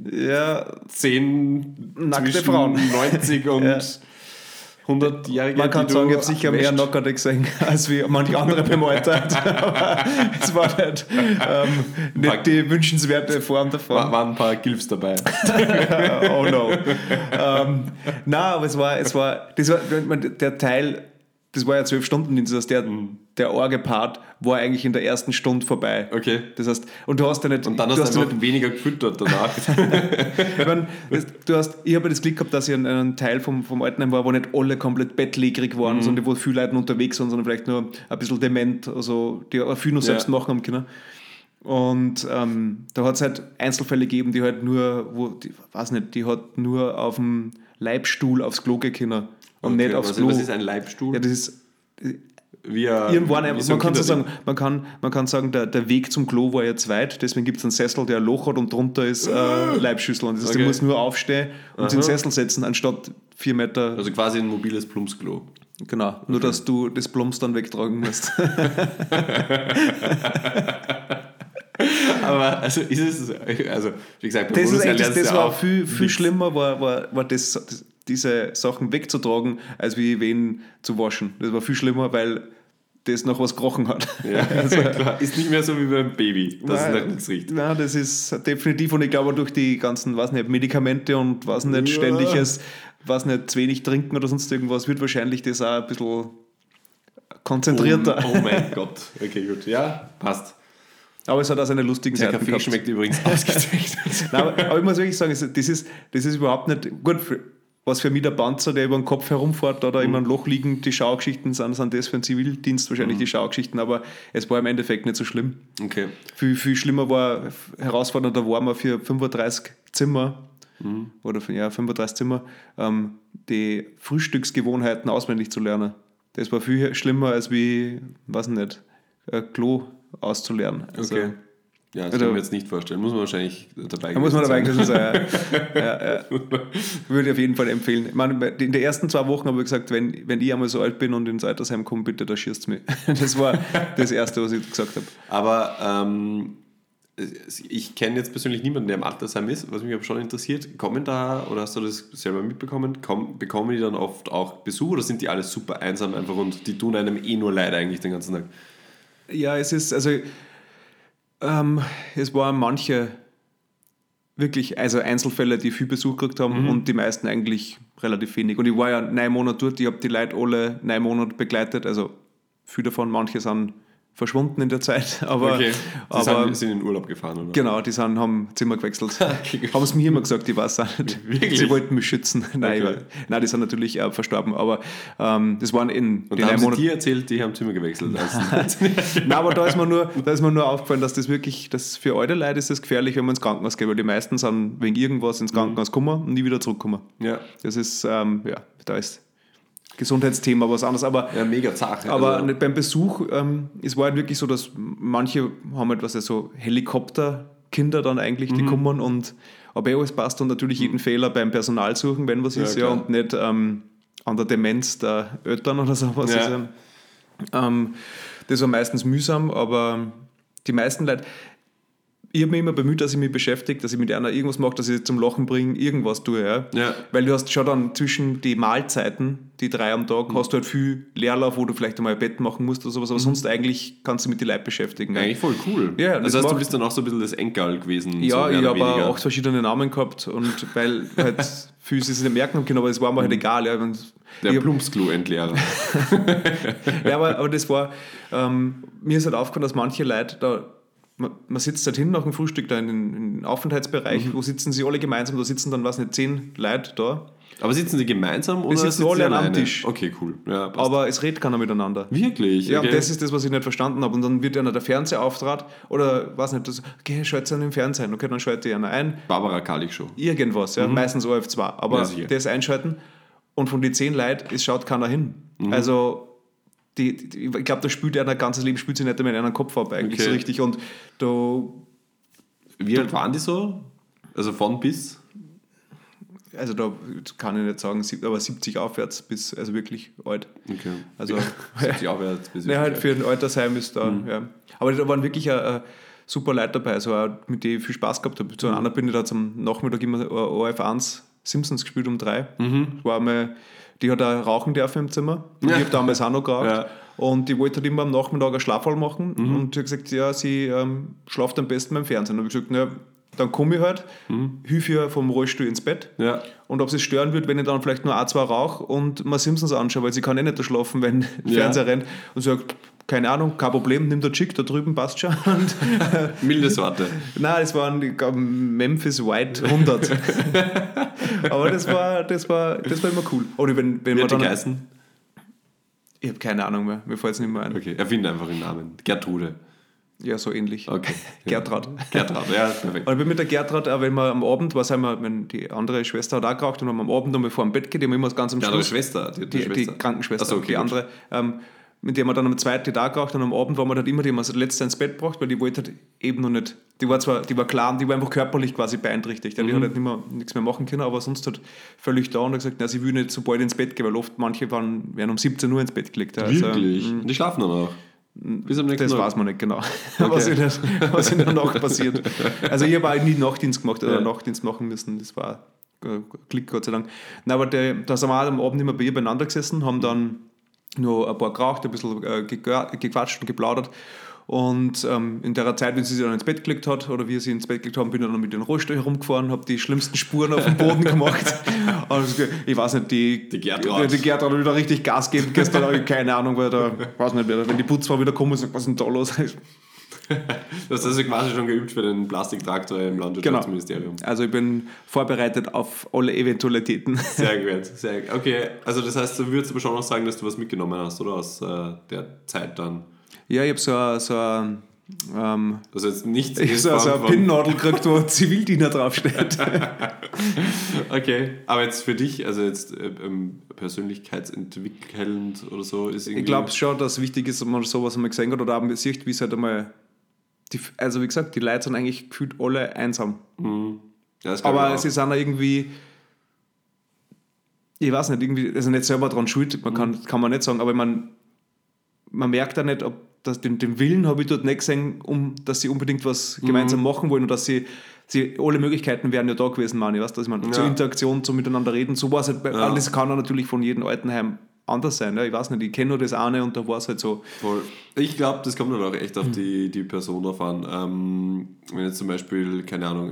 10 nackte Frauen. 90 und 100-Jährige. Man kann sagen, ich habe sicher mehr Knockerte gesehen, als wie manche andere beim Alter. Aber es war nicht die wünschenswerte Form davon. Waren ein paar Gilfs dabei. Oh no. Nein, aber das war der Teil, das war ja 12 Stunden, das heißt, der Orge-Part war eigentlich in der ersten Stunde vorbei. Okay. Das heißt, und du hast ja nicht... Und dann hast du einfach weniger gefüttert danach. Ich habe das Glück gehabt, dass ich ein Teil vom Altenheim war, wo nicht alle komplett bettlägerig waren, sondern wo viele Leute unterwegs waren, sondern vielleicht nur ein bisschen dement, also die auch viel noch selbst machen haben können. Und da hat es halt Einzelfälle gegeben, die halt nur, die hat nur auf dem Leibstuhl aufs Klo gehen können. Und nicht aufs Klo. Was ist ein Leibstuhl? Ja, das ist... Irgendwann, man kann so sagen, man kann sagen, der Weg zum Klo war jetzt weit, deswegen gibt es einen Sessel, der ein Loch hat und drunter ist Leibschüssel. Und das heißt, du musst nur aufstehen und den Sessel setzen, anstatt 4 Meter. Also quasi ein mobiles Plumpsklo. Genau, nur dass du das Plumps dann wegtragen musst. Aber also ist es, also wie gesagt, das war viel schlimmer, war das, diese Sachen wegzutragen, als wie wen zu waschen. Das war viel schlimmer, weil das noch was gerochen hat. Ja, also, klar. Ist nicht mehr so wie beim Baby, dass es halt nichts riecht. Nein, das ist definitiv, und ich glaube durch die ganzen, Medikamente und ständiges, zu wenig trinken oder sonst irgendwas, wird wahrscheinlich das auch ein bisschen konzentrierter. Oh mein Gott. Okay, gut. Ja, passt. Aber es hat auch seine lustigen Seiten gehabt. Der Kaffee schmeckt übrigens ausgezeichnet. aber ich muss wirklich sagen, das ist überhaupt nicht gut. Was für mich der Panzer, der über den Kopf herumfährt, da immer ein Loch liegen, die Schaugeschichten sind das für den Zivildienst wahrscheinlich die Schaugeschichten, aber es war im Endeffekt nicht so schlimm. Okay. Viel schlimmer herausfordernder war man für 35 Zimmer oder 35 Zimmer, die Frühstücksgewohnheiten auswendig zu lernen. Das war viel schlimmer als wie, Klo auszulernen. Also, okay. Ja, das kann ich mir jetzt nicht vorstellen. Muss man wahrscheinlich dabei gewesen sein. Muss man dabei gewesen sein, ja. Würde ich auf jeden Fall empfehlen. Ich meine, in den ersten 2 Wochen habe ich gesagt, wenn ich einmal so alt bin und ins Altersheim komme, bitte, da schießt mich. Das war das Erste, was ich gesagt habe. Aber ich kenne jetzt persönlich niemanden, der im Altersheim ist. Was mich aber schon interessiert, kommen da, oder hast du das selber mitbekommen, bekommen die dann oft auch Besuch oder sind die alle super einsam einfach und die tun einem nur leid eigentlich den ganzen Tag? Ja, es ist, also es waren manche wirklich, also Einzelfälle, die viel Besuch gekriegt haben und die meisten eigentlich relativ wenig. Und ich war ja 9 Monate dort, ich habe die Leute alle 9 Monate begleitet, also viele davon, manche sind verschwunden in der Zeit. Aber, okay. Sind in den Urlaub gefahren, oder? Genau, die haben Zimmer gewechselt. Haben es mir immer gesagt, ich weiß auch nicht. Wirklich? Sie wollten mich schützen. Nein, die sind natürlich verstorben, aber das waren in den 9 Monaten. Die erzählt, die haben Zimmer gewechselt. Nein, aber da ist mir nur aufgefallen, dass das wirklich, für alte Leute ist das gefährlich, wenn man ins Krankenhaus geht, weil die meisten sind wegen irgendwas ins Krankenhaus gekommen und nie wieder zurückkommen. Ja. Das ist, da ist Gesundheitsthema was anderes, aber ja, mega zart. Aber also beim Besuch, es war halt wirklich so, dass manche haben halt so Helikopterkinder dann eigentlich, die kommen und aber alles passt und natürlich jeden Fehler beim Personal suchen, wenn was ist, klar. Und nicht an der Demenz der Eltern oder sowas. Ja. Das war meistens mühsam, aber die meisten Leute, ich habe mich immer bemüht, dass ich mich beschäftige, dass ich mit einer irgendwas mache, dass ich zum Lachen bringe, irgendwas tue. Ja. Weil du hast schon dann zwischen die Mahlzeiten, die 3 am Tag, hast du halt viel Leerlauf, wo du vielleicht einmal ein Bett machen musst oder sowas, aber sonst eigentlich kannst du mit den Leuten beschäftigen. Eigentlich voll cool. Ja, das heißt, du bist dann auch so ein bisschen das Enkerl gewesen. Ja, so ich habe auch 8 verschiedene Namen gehabt und weil halt viel sie sich nicht merken können, aber es war mir halt egal. Ja. Der Plumpsklo-Entleerer. Ja, aber das war, mir ist halt aufgefallen, dass manche Leute da man sitzt halt hin nach dem Frühstück da in den Aufenthaltsbereich, wo sitzen sie alle gemeinsam, da sitzen dann, 10 Leute da. Aber sitzen die gemeinsam oder sitzen alle an einem Tisch? Okay, cool. Ja, aber es redet keiner miteinander. Wirklich? Ja, okay. Und das ist das, was ich nicht verstanden habe. Und dann wird einer der Fernseher auftrat oder, weiß nicht, okay, schaltet einen im Fernsehen. Okay, dann schaltet einer ein. Barbara Kalik Show. Irgendwas, ja, meistens ORF2. Aber das einschalten und von den 10 Leuten, es schaut keiner hin. Also, ich glaube, da spielt einer ganzes Leben, spielt sich nicht mehr in einen Kopf ab eigentlich so richtig. Und da... Wie alt waren die so? Also von bis? Also da kann ich nicht sagen, aber 70 aufwärts bis, also wirklich alt. Okay. Also 70 aufwärts bis halt für ein Altersheim ist da, ja. Aber da waren wirklich super Leute dabei, also auch mit denen ich viel Spaß gehabt habe. Zu einer bin ich da zum Nachmittag immer ORF1 Simpsons gespielt um 3. War mal, die hat auch rauchen dürfen im Zimmer. Und ich habe damals auch noch geraucht. Ja. Und die wollte halt immer am Nachmittag einen Schlafwall machen. Und sie hat gesagt, ja, sie schlaft am besten beim Fernsehen. Und ich habe gesagt, na, dann komme ich halt, hilf ihr vom Rollstuhl ins Bett. Ja. Und ob es stören wird, wenn ich dann vielleicht nur A2 rauche und mal Simpsons anschaue, weil sie kann nicht da schlafen, wenn der Fernseher rennt. Und sagt, keine Ahnung, kein Problem, nimm der Chick, da drüben passt schon. Und, milde Sorte. Nein, das war ein Memphis White 100. Aber das war immer cool. Oder wenn wie hat die geheißen? Ich habe keine Ahnung mehr, mir fällt es nicht mehr ein. Okay, erfinde einfach den Namen. Gertrude. Ja, so ähnlich. Okay. Gertraud. Gertraud, ja, perfekt. Und ich bin mit der Gertraud, auch wenn wir am Abend, wenn die andere Schwester hat auch geraucht und am Abend, bevor am Bett geht, die haben immer ganz am Schluss. Die Krankenschwester, so, okay, die andere, mit der wir dann am zweiten Tag geraucht und am Abend waren wir dann immer, die haben wir als letzte ins Bett gebracht, weil die wollte halt eben noch nicht, die war klar und die war einfach körperlich quasi beeinträchtigt. Die hat halt nichts mehr machen können, aber sonst halt völlig da und hat gesagt, na, sie will nicht so bald ins Bett gehen, weil oft manche werden um 17 Uhr ins Bett gelegt. Also, wirklich? Die schlafen dann auch? Bis am nächsten Tag. Weiß man nicht genau, okay. was in der Nacht passiert. Also ich habe auch nie Nachtdienst gemacht oder Nachtdienst machen müssen, das war Glück, Gott sei Dank. Nein, aber da sind wir auch am Abend immer bei ihr beieinander gesessen, haben dann nur ein paar geraucht, ein bisschen gequatscht und geplaudert. Und in der Zeit, wenn sie sich dann ins Bett gelegt hat oder wir sie ins Bett gelegt haben, bin ich dann mit den Rollstuhl herumgefahren, habe die schlimmsten Spuren auf dem Boden gemacht. Also, ich weiß nicht, die Gertraud hat wieder richtig Gas gegeben gestern, habe ich keine Ahnung, weil da, weiß nicht, wenn die Putzfrau wieder kommt und sagt, was ist denn da los? Du hast also quasi schon geübt für den Plastiktraktor im Landwirtschaftsministerium. Genau. Also ich bin vorbereitet auf alle Eventualitäten. Sehr gut, sehr gut. Okay, also das heißt, du würdest aber schon noch sagen, dass du was mitgenommen hast, oder? Aus der Zeit dann. Ja, ich habe so ein also jetzt nicht so eine Pinnnadel gekriegt, wo Zivildiener draufsteht. Okay, aber jetzt für dich, also jetzt persönlichkeitsentwickelnd oder so, ist irgendwie... Ich glaube schon, dass es wichtig ist, dass man sowas einmal gesehen hat oder auch sieht, wie es halt einmal... also wie gesagt, die Leute sind eigentlich gefühlt alle einsam. Mhm. Ja, aber sie sind auch irgendwie... Ich weiß nicht, irgendwie, also nicht selber daran schuld, kann man nicht sagen, aber man merkt auch nicht, ob den Willen habe ich dort nicht gesehen, dass sie unbedingt was gemeinsam machen wollen und dass sie alle Möglichkeiten wären ja da gewesen, meine ich, weißt du, dass man zur Interaktion, zum Miteinander reden, so war es halt, alles kann natürlich von jedem Altenheim anders sein, ja? Ich weiß nicht, ich kenne nur das eine und da war es halt so. Voll. Ich glaube, das kommt dann auch echt auf die Person drauf an. Wenn jetzt zum Beispiel, keine Ahnung,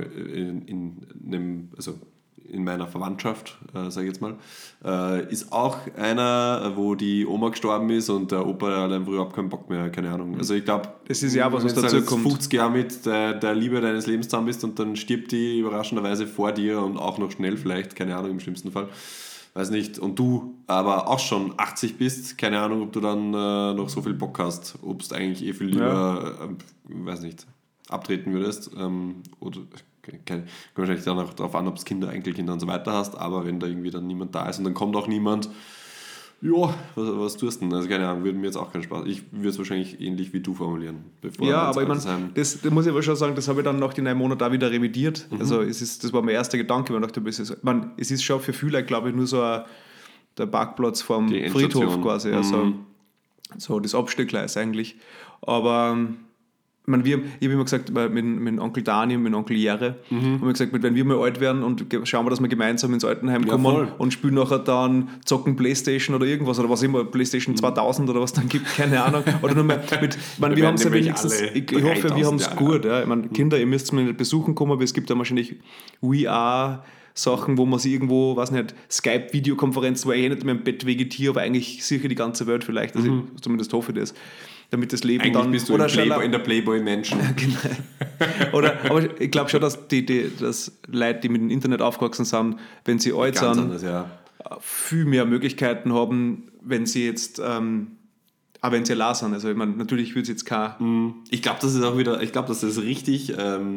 in meiner Verwandtschaft, sage ich jetzt mal, ist auch einer, wo die Oma gestorben ist und der Opa hat einfach überhaupt keinen Bock mehr, keine Ahnung. Also ich glaube, das ist ja was dazu kommt. 50 Jahre mit der Liebe deines Lebens zusammen bist und dann stirbt die überraschenderweise vor dir und auch noch schnell vielleicht, keine Ahnung, im schlimmsten Fall. Weiß nicht, und du aber auch schon 80 bist, keine Ahnung, ob du dann noch so viel Bock hast, ob du eigentlich viel lieber, weiß nicht, abtreten würdest oder... Kommt wahrscheinlich dann auch darauf an, ob du Kinder, Enkelkinder und so weiter hast, aber wenn da irgendwie dann niemand da ist und dann kommt auch niemand, ja, was tust du denn? Also keine Ahnung, würde mir jetzt auch keinen Spaß. Ich würde es wahrscheinlich ähnlich wie du formulieren. Ja, aber ich meine, das muss ich aber schon sagen, das habe ich dann nach den 9 Monaten auch wieder revidiert. Also das war mein erster Gedanke, weil ich dachte, es ist schon für viele, glaube ich, nur so der Parkplatz vom Friedhof quasi, also so das Abstellgleis eigentlich. Aber ich habe immer gesagt, mit Onkel Dani und mit Onkel Jere, haben wir gesagt, wenn wir mal alt werden und schauen wir, dass wir gemeinsam ins Altenheim kommen und spielen nachher dann, zocken Playstation oder irgendwas oder was immer, Playstation 2000 oder was dann gibt, keine Ahnung. Oder nur mal wir haben es ja wenigstens, ich hoffe, wir haben es gut. Ja. Ich meine, Kinder, ihr müsst mir nicht besuchen kommen, aber es gibt ja wahrscheinlich VR-Sachen, wo man sich irgendwo, weiß nicht, Skype-Videokonferenzen, wo ich nicht mehr im Bett vegetiere, aber eigentlich sicher die ganze Welt vielleicht, also zumindest hoffe ich das. damit das Leben Eigentlich dann... bist du oder in der Playboy-Menschen. Genau. Aber ich glaube schon, dass dass Leute, die mit dem Internet aufgewachsen sind, wenn sie alt sind, anders, ja. viel mehr Möglichkeiten haben, wenn sie jetzt... aber wenn sie allein sind, also ich meine, natürlich würde es jetzt kein... Ich glaube, dass das richtig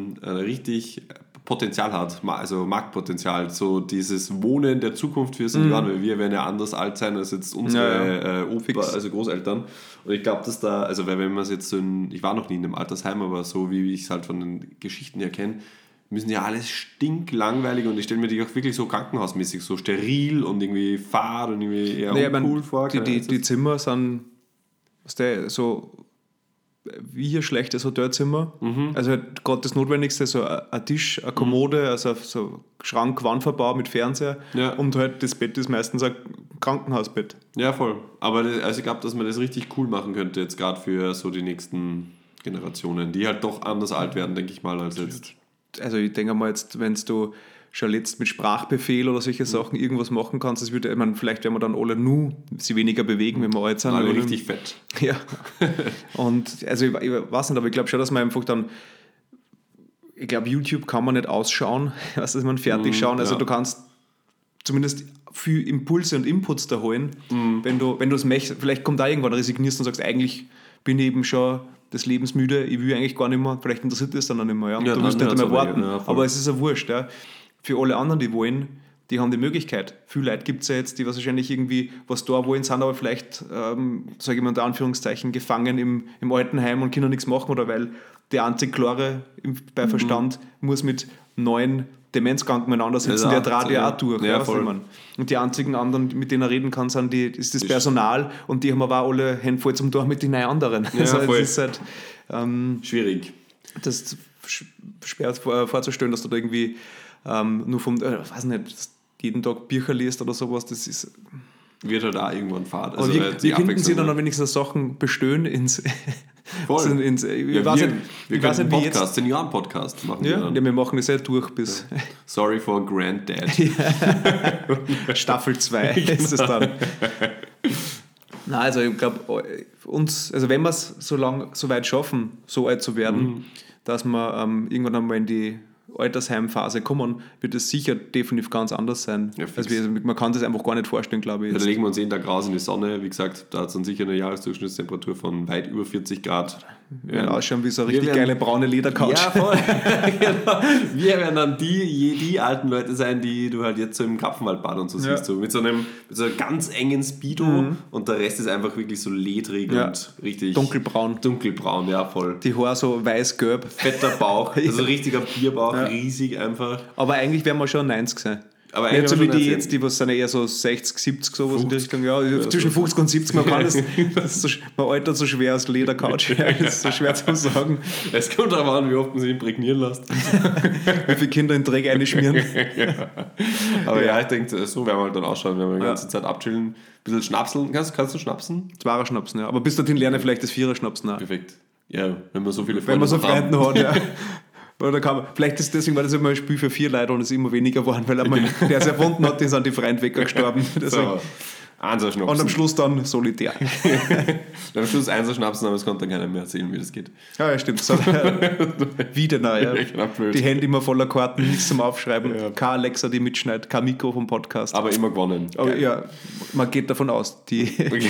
Potenzial hat, also Marktpotenzial, so dieses Wohnen der Zukunft für Senioren, weil wir werden ja anders alt sein als jetzt unsere also Großeltern. Und ich glaube, dass da, also weil wenn man es jetzt ich war noch nie in einem Altersheim, aber so wie ich es halt von den Geschichten her kenne, müssen ja alles stinklangweilig und ich stelle mir die auch wirklich so krankenhausmäßig, so steril und irgendwie fad und irgendwie eher uncool vor. Die Zimmer sind... so wie hier schlechtes Hotelzimmer. Also halt gerade das Notwendigste, so ein Tisch, eine Kommode, also so Schrank, Wandverbau mit Fernseher und halt das Bett ist meistens ein Krankenhausbett. Ja, voll. Aber also ich glaube, dass man das richtig cool machen könnte jetzt gerade für so die nächsten Generationen, die halt doch anders alt werden, denke ich mal, als jetzt. Also ich denke mal jetzt, wenn du schon letzt mit Sprachbefehl oder solche Sachen irgendwas machen kannst, das würde, ich meine, vielleicht werden wir dann alle nur sie weniger bewegen, wenn wir alt sind. Alle richtig fett. Ja. Und also ich weiß nicht, aber ich glaube schon, dass man einfach dann, ich glaube, YouTube kann man nicht ausschauen, was ist man fertig schauen. Also du kannst zumindest viel Impulse und Inputs da holen, wenn du es möchtest. Vielleicht kommt da irgendwann, resignierst und sagst, eigentlich bin ich eben schon des Lebens müde, ich will eigentlich gar nicht mehr, vielleicht interessiert das dann auch nicht mehr. Ja? Du musst nicht mehr warten. Ja, aber es ist ja wurscht. Ja? Für alle anderen, die wollen, die haben die Möglichkeit. Viele Leute gibt es ja jetzt, die wahrscheinlich irgendwie was da wollen, sind aber vielleicht, sage ich mal unter Anführungszeichen, gefangen im Altenheim und können nichts machen, oder weil der einzig Klare bei Verstand muss mit 9 Demenzkranken miteinander sitzen, der trat ja auch durch. Ja, und die einzigen anderen, mit denen er reden kann, ist das Personal, und die haben aber auch alle Hände voll zum Tor mit den anderen. Ja, also voll. es ist halt schwierig. Das ist schwer vorzustellen, dass du da irgendwie nur vom, weiß nicht, jeden Tag Bücher liest oder sowas, das ist... Wird halt auch irgendwann fad. Also wie könnten Sie dann wenigstens Sachen bestellen ins... Voll. Wir können einen Podcast, Senioren-Podcast machen wir dann. Ja, wir machen das ja durch bis... Sorry for Granddad. Staffel 2 ist es dann. Nein, also ich glaube, also wenn wir es so weit schaffen, so alt zu werden, dass wir irgendwann einmal in die Altersheimphase kommen, wird es sicher definitiv ganz anders sein. Ja, man kann das einfach gar nicht vorstellen, glaube ich. Da legen wir uns jeden Tag raus in die Sonne. Wie gesagt, da hat es dann sicher eine Jahresdurchschnittstemperatur von weit über 40 Grad. Wir werden ausschauen wie so eine richtig geile braune Ledercouch. Ja, voll. Genau. Wir werden dann die alten Leute sein, die du halt jetzt so im Krapfenwaldbad und so siehst. So mit so einem ganz engen Speedo und der Rest ist einfach wirklich so ledrig und richtig... Dunkelbraun, ja, voll. Die Haare so weiß-gelb. Fetter Bauch, also richtiger Bierbauch, riesig einfach. Aber eigentlich werden wir schon 90 sein. Aber nicht so wie die jetzt, die was sind eher so 60, 70, sowas in die Richtung. Ja, zwischen 50 und 70, man kann man altert so schwer als Ledercouch. Das ist so schwer zu sagen. Es kommt darauf an, wie oft man sich imprägnieren lässt. Wie viele Kinder in Dreck einschmieren. Aber ja, ich denke, so werden wir halt dann ausschauen, wenn wir die ganze Zeit abchillen. Ein bisschen schnapseln. Kannst du schnapsen? 2er schnapsen, ja. Aber bis dorthin lerne ich vielleicht das 4er schnapsen auch. Perfekt. Ja, wenn man so viele Freunde hat, ja. Oder vielleicht ist deswegen, weil das immer ein Spiel für 4 Leute und es immer weniger waren, weil der es erfunden hat, die sind die freien Wecker gestorben. So, Einser-Schnapsen. Und am Schluss dann solitär. Am Schluss Einser-Schnapsen, aber es konnte dann keiner mehr erzählen, wie das geht. Ja, stimmt. So, wieder neu. Ja. Die Hände immer voller Karten, nichts zum Aufschreiben, keine Alexa, die mitschneidet, kein Mikro vom Podcast. Aber immer gewonnen. Aber ja, man geht davon aus. Die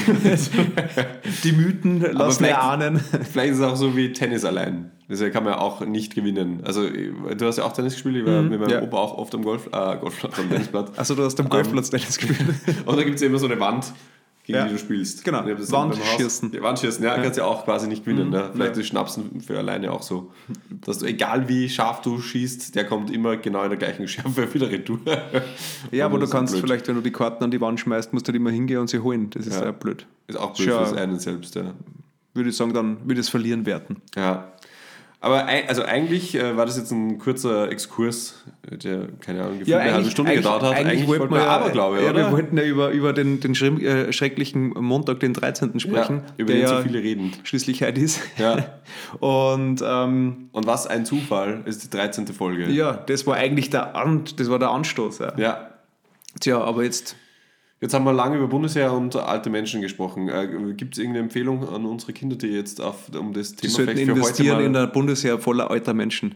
Mythen lassen erahnen. Vielleicht ist es auch so wie Tennis allein. Das kann man ja auch nicht gewinnen. Also, du hast ja auch Tennis gespielt, ich war mit meinem Opa auch oft am Golfplatz, am Tennisplatz. Achso, du hast am Golfplatz Tennis gespielt. Und da gibt es ja immer so eine Wand, gegen die du spielst. Genau, Wandschießen. Wandschießen, ja, kannst ja auch quasi nicht gewinnen. Ne? Vielleicht ist Schnapsen für alleine auch so. Dass du, egal wie scharf du schießt, der kommt immer genau in der gleichen Schärfe wieder retour. Ja, aber du kannst vielleicht, wenn du die Karten an die Wand schmeißt, musst du immer hingehen und sie holen. Das ist ja blöd. Ist auch blöd fürs einen selbst, ja. Würde ich sagen, dann würde es verlieren werten. Ja. Aber also eigentlich war das jetzt ein kurzer Exkurs, der, keine Ahnung, gefühlt eine halbe Stunde gedauert hat. Eigentlich wollten wir Aberglaube, oder? Wir wollten ja über den schrecklichen Montag, den 13. sprechen. Ja, über den so viele reden. Schließlich heute ist. Ja. Und was ein Zufall ist die 13. Folge. Ja, das war eigentlich der Anstoß. Ja. Tja, aber jetzt... Jetzt haben wir lange über Bundesheer und alte Menschen gesprochen. Gibt es irgendeine Empfehlung an unsere Kinder, die jetzt um das Thema die sollten vielleicht für investieren heute mal in ein Bundesheer voller alter Menschen.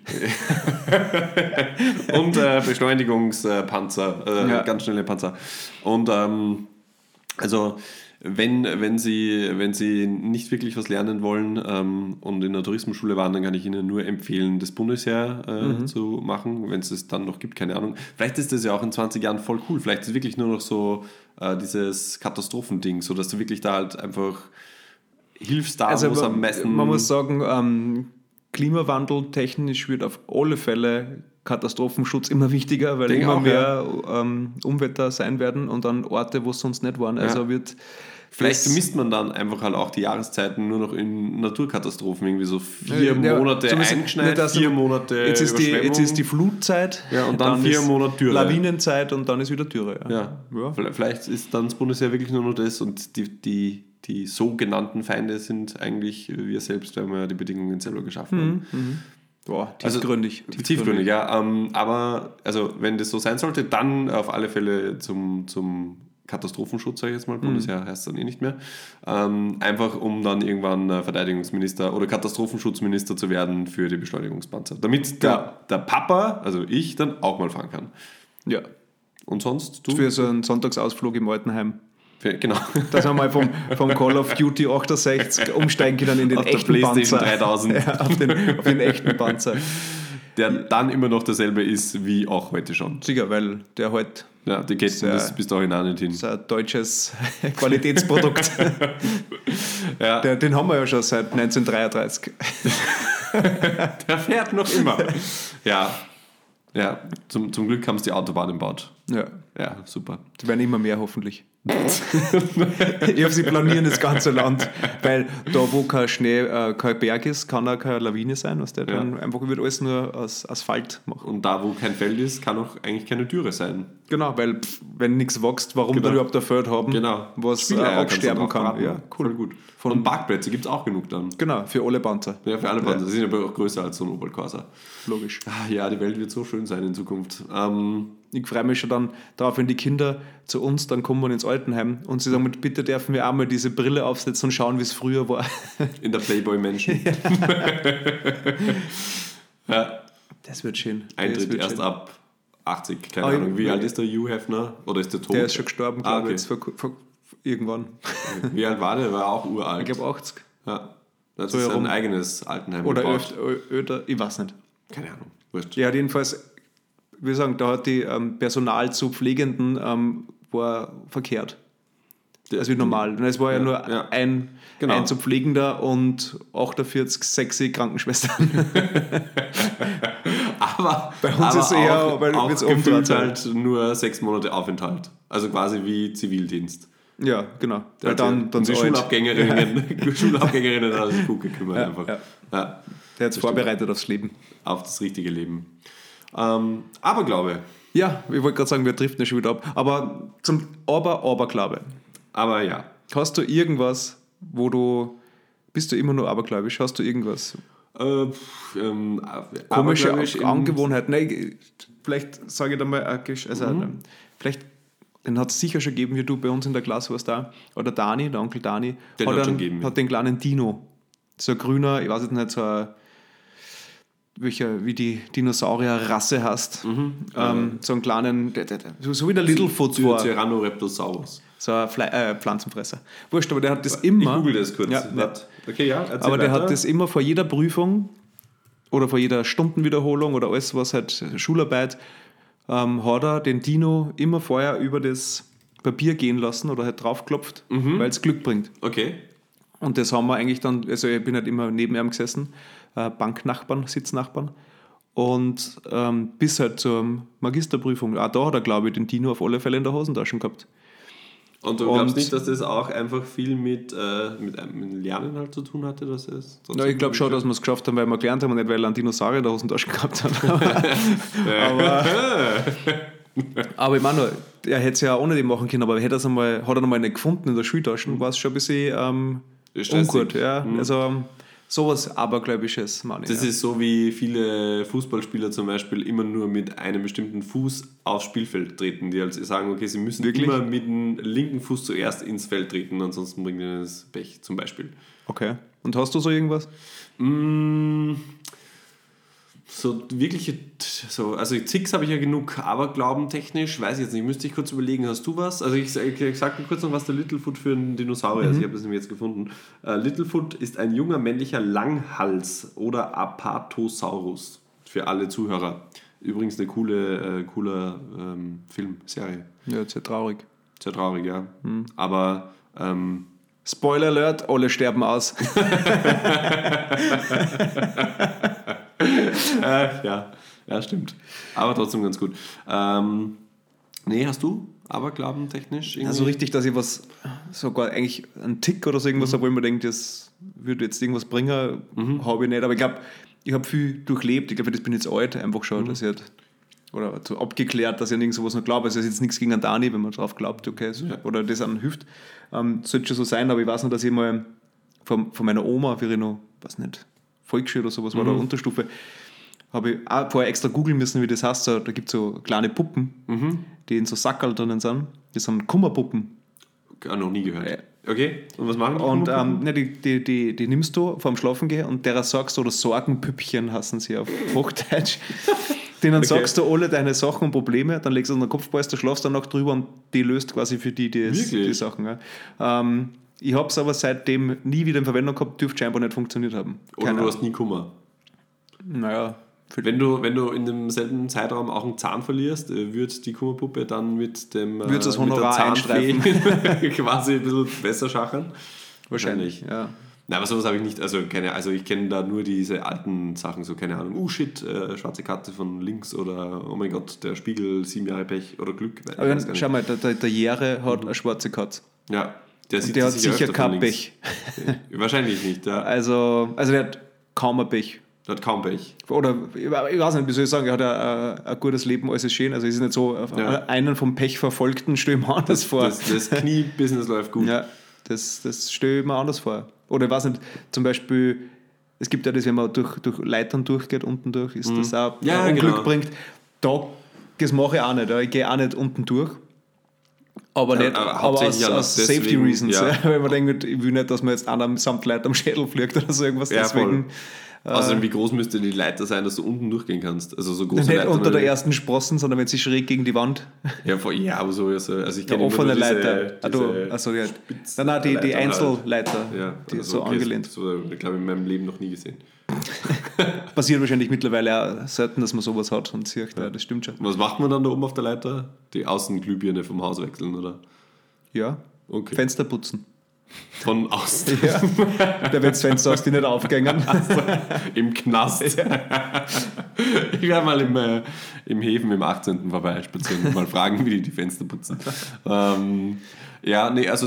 und Beschleunigungspanzer, ganz schnelle Panzer. Und also wenn Sie nicht wirklich was lernen wollen und in der Tourismusschule waren, dann kann ich Ihnen nur empfehlen, das Bundesheer zu machen, wenn es es dann noch gibt, keine Ahnung. Vielleicht ist das ja auch in 20 Jahren voll cool. Vielleicht ist es wirklich nur noch so dieses Katastrophending, so dass du wirklich da halt einfach hilfst da, wo es am meisten... Man muss sagen, Klimawandel technisch wird auf alle Fälle Katastrophenschutz immer wichtiger, weil immer mehr Unwetter sein werden und an Orte, wo es sonst nicht waren. Also wird... Vielleicht misst man dann einfach halt auch die Jahreszeiten nur noch in Naturkatastrophen, irgendwie so 4 Monate eingeschneit, 4 Monate jetzt ist die Flutzeit, und dann 4 Monate Dürre. Lawinenzeit und dann ist wieder Dürre. Ja. Vielleicht ist dann das Bundesheer wirklich nur noch das und die sogenannten Feinde sind eigentlich wir selbst, weil wir ja die Bedingungen selber geschaffen haben. Boah, tiefgründig. Tiefgründig, ja. Aber also, wenn das so sein sollte, dann auf alle Fälle zum Katastrophenschutz, sage ich jetzt mal, Bundesheer heißt es dann eh nicht mehr, einfach um dann irgendwann Verteidigungsminister oder Katastrophenschutzminister zu werden für die Beschleunigungspanzer, damit der Papa, also ich, dann auch mal fahren kann. Ja. Und sonst du? Für so einen Sonntagsausflug im Altenheim. Genau. Dass wir mal vom Call of Duty 68 umsteigen können in den auf echten der PlayStation Panzer. 3000. Ja, auf den echten Panzer. Der dann immer noch derselbe ist wie auch heute schon. Sicher, weil der halt... Ja, die Ketten das bis dahin auch nicht hin. Das ist ein deutsches Qualitätsprodukt. Ja. Den haben wir ja schon seit 1933. Der fährt noch immer. Ja, zum Glück haben sie die Autobahnen gebaut. Ja, super. Die werden immer mehr, hoffentlich. Ich habe sie planieren, das ganze Land, weil da, wo kein Schnee, kein Berg ist, kann auch keine Lawine sein, was der dann einfach wird alles nur aus Asphalt machen. Und da, wo kein Feld ist, kann auch eigentlich keine Dürre sein. Genau, weil wenn nichts wächst, warum dann überhaupt ein Feld haben, was absterben kann. Ja, cool. Voll gut. Und Parkplätze gibt es auch genug dann. Genau, für alle Panzer. Ja, für alle Panzer. Die sind aber auch größer als so ein Opel Corsa. Logisch. Ja, die Welt wird so schön sein in Zukunft. Ich freue mich schon dann darauf, wenn die Kinder zu uns dann kommen ins Altenheim und sie sagen, bitte dürfen wir auch mal diese Brille aufsetzen und schauen, wie es früher war. In der Playboy-Menschen. Ja. Das wird schön. Eintritt erst ab 80, keine Ahnung. Wie alt ist der Hugh Hefner? Oder ist der tot? Der ist schon gestorben, glaube ich, jetzt irgendwann. Wie alt war der? War auch uralt. Ich glaube 80. Ja. Das ist ein eigenes Altenheim oder gebaut. Öder, ich weiß nicht. Keine Ahnung. Wurscht. Ja, jedenfalls, wir sagen, da hat die Personal zu Pflegenden war verkehrt. Also wie normal. Und es war ja nur ein zu Pflegender und 48 sexy Krankenschwestern. aber bei uns ist eher, weil auch es gefühlt halt nur 6 Monate Aufenthalt. Also quasi wie Zivildienst. Ja, genau. Weil dann die Schulabgängerinnen haben sich gut gekümmert einfach. Ja. Der hat es vorbereitet aufs Leben. Auf das richtige Leben. Aberglaube. Ja, ich wollte gerade sagen, wir driften schon wieder ab. Aber zum Aberglaube. Aber ja. Hast du irgendwas, bist du immer nur abergläubisch? Hast du irgendwas? Komische Angewohnheiten. Nein, vielleicht sage ich da mal, vielleicht, den hat es sicher schon gegeben, wie du bei uns in der Klasse warst da. Oder Dani, der Onkel Dani, hat den kleinen Dino. So ein grüner, ich weiß jetzt nicht, wie die Dinosaurier-Rasse hast. So einen kleinen, so wie der Littlefoot war. Tyrannoraptosaurus. So ein Pflanzenfresser. Wurscht, aber der hat das immer... Ich google das kurz. Ja. Okay, ja, aber weiter. Der hat das immer vor jeder Prüfung oder vor jeder Stundenwiederholung oder alles, was halt Schularbeit, hat er den Dino immer vorher über das Papier gehen lassen oder halt draufklopft, weil es Glück bringt. Okay. Und das haben wir eigentlich dann, also ich bin halt immer neben ihm gesessen, Banknachbarn, Sitznachbarn. Und bis halt zur Magisterprüfung, auch da hat er, glaube ich, den Dino auf alle Fälle in der Hosentasche gehabt. Und du glaubst nicht, dass das auch einfach viel mit Lernen halt zu tun hatte? Dass es ja, ich glaube schon, dass wir es geschafft haben, weil wir gelernt haben und nicht, weil er einen Dinosaurier in der Hosentasche gehabt hat. aber ich meine nur, er hätte es ja auch ohne den machen können, aber hat er noch mal nicht gefunden in der Schultasche, war es schon ein bisschen ungut. Ja? Also Sowas Abergläubisches, meine ich. Das ist so, wie viele Fußballspieler zum Beispiel immer nur mit einem bestimmten Fuß aufs Spielfeld treten, die halt sagen, okay, sie müssen immer mit dem linken Fuß zuerst ins Feld treten, ansonsten bringt ihnen das Pech zum Beispiel. Okay. Und hast du so irgendwas? So wirkliche, also Zigs habe ich ja genug, aber glaubentechnisch, weiß ich jetzt nicht, müsste ich kurz überlegen, hast du was? Also ich sage dir kurz noch, was der Littlefoot für ein Dinosaurier ist, ich habe das nämlich jetzt gefunden. Littlefoot ist ein junger männlicher Langhals oder Apatosaurus, für alle Zuhörer. Übrigens eine cooler Filmserie. Ja, sehr traurig. Sehr traurig, ja. Aber Spoiler Alert, alle sterben aus. ja, stimmt. Aber trotzdem ganz gut. Nee, hast du Aberglauben technisch? Also richtig, dass ich was, sogar eigentlich einen Tick oder so irgendwas habe, wo ich mir denke, das würde jetzt irgendwas bringen, habe ich nicht. Aber ich glaube, ich habe viel durchlebt. Ich glaube, das bin jetzt alt, einfach schon, dass ich halt, oder so abgeklärt, dass ich an irgend sowas noch glaube. Also es ist jetzt nichts gegen einen Dani, wenn man drauf glaubt, okay, oder das an hilft. Sollte schon so sein, aber ich weiß noch, dass ich mal von meiner Oma, wie ich noch, weiß nicht, Volksschule oder sowas, war da Unterstufe, habe ich auch vorher extra googeln müssen, wie das heißt. Da gibt es so kleine Puppen, die in so Sackerl drinnen sind. Das sind Kummerpuppen. Noch nie gehört. Okay, und was machen die? Und die nimmst du vorm Schlafen gehen und derer sagst du, oder Sorgenpüppchen heißen sie auf Hochdeutsch. Denen sagst du alle deine Sachen und Probleme, dann legst du in den Kopfpolster, schlafst dann noch drüber und die löst quasi für die Sachen. Ja. Ich habe es aber seitdem nie wieder in Verwendung gehabt, dürfte scheinbar nicht funktioniert haben. Oder du hast nie Kummer. Naja. Wenn du in demselben Zeitraum auch einen Zahn verlierst, wird die Kummerpuppe dann mit dem das Honorar einstreifen. quasi ein bisschen besser schachern? Wahrscheinlich, ja. Nein, aber sowas habe ich nicht, also ich kenne da nur diese alten Sachen, so keine Ahnung, schwarze Katze von links oder oh mein Gott, der Spiegel, 7 Jahre Pech oder Glück. Aber schau mal, der Jere hat eine schwarze Katze. Ja, der hat sicher kein Pech. Wahrscheinlich nicht, ja. Also der hat kaum ein Pech. Der hat kaum Pech. Oder ich weiß nicht, wie soll ich sagen, er hat ein gutes Leben, alles ist schön. Also es ist nicht so, einen vom Pech verfolgten stelle ich mir anders vor. Das Knie-Business läuft gut. Ja, das stelle ich mir anders vor. Oder ich weiß nicht, zum Beispiel, es gibt ja das, wenn man durch Leitern durchgeht, unten durch, ist das auch Unglück bringt. Das mache ich auch nicht. Ich gehe auch nicht unten durch. Aber nicht, aber aus Safety Reasons. Ja. Weil man denkt, ich will nicht, dass man jetzt einer samt Leiter am Schädel fliegt oder so irgendwas. Ja, deswegen. Außerdem, wie groß müsste die Leiter sein, dass du unten durchgehen kannst? Also so große nicht Leiter unter der ersten Sprossen, sondern wenn sie schräg gegen die Wand. Ja, aber so. Also ich kenne offene nur Leiter. Nein, die Einzelleiter, ja, die so angelehnt. So, ich glaube, in meinem Leben noch nie gesehen. Passiert wahrscheinlich mittlerweile auch selten, dass man sowas hat und sieht, ja, das stimmt schon. Was macht man dann da oben auf der Leiter? Die Außenglühbirne vom Haus wechseln, oder? Ja, okay. Fenster putzen. Von außen? Ja, da wird das Fenster aus, die nicht aufgängen. Also, im Knast. Ja. Ich werde mal im Häfen im 18. vorbeispazieren und mal fragen, wie die Fenster putzen. Also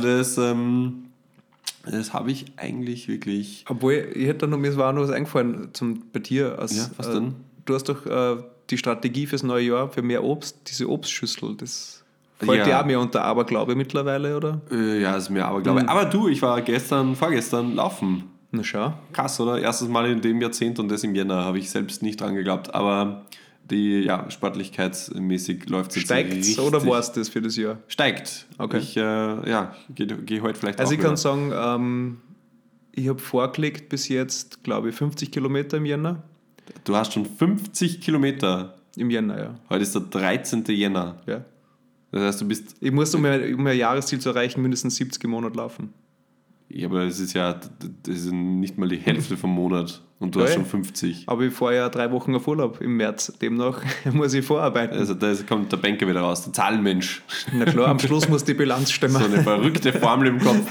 das habe ich eigentlich wirklich... Obwohl, mir war noch was eingefallen bei dir. Was denn? Du hast doch die Strategie fürs neue Jahr für mehr Obst, diese Obstschüssel, das... Fällt dir auch mehr unter Aberglaube mittlerweile, oder? Ja, ist mehr Aberglaube. Aber du, ich war vorgestern laufen. Na schau. Krass, oder? Erstes Mal in dem Jahrzehnt und das im Jänner, habe ich selbst nicht dran geglaubt. Aber sportlichkeitsmäßig läuft es jetzt richtig. Steigt oder war es das für das Jahr? Steigt. Okay. Ich gehe heute vielleicht Also auch ich kann sagen, ich habe vorgelegt bis jetzt, glaube ich, 50 Kilometer im Jänner. Du hast schon 50 Kilometer? Im Jänner, ja. Heute ist der 13. Jänner. Ja. Das heißt, du bist... Ich muss, um ein Jahresziel zu erreichen, mindestens 70 im Monat laufen. Ja, aber das ist nicht mal die Hälfte vom Monat und du hast schon 50. Aber ich fahre ja 3 Wochen auf Urlaub im März, demnach muss ich vorarbeiten. Also da kommt der Banker wieder raus, der Zahlenmensch. Na klar, am Schluss muss die Bilanz stimmen. So eine verrückte Formel im Kopf.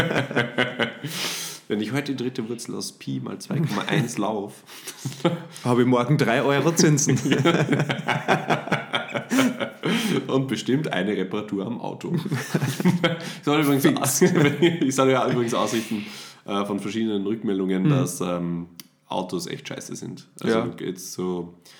Wenn ich heute die dritte Wurzel aus Pi mal 2,1 laufe, habe ich morgen 3 Euro Zinsen. Und bestimmt eine Reparatur am Auto. Ich soll ja übrigens ausrichten von verschiedenen Rückmeldungen, dass Autos echt scheiße sind. Also jetzt so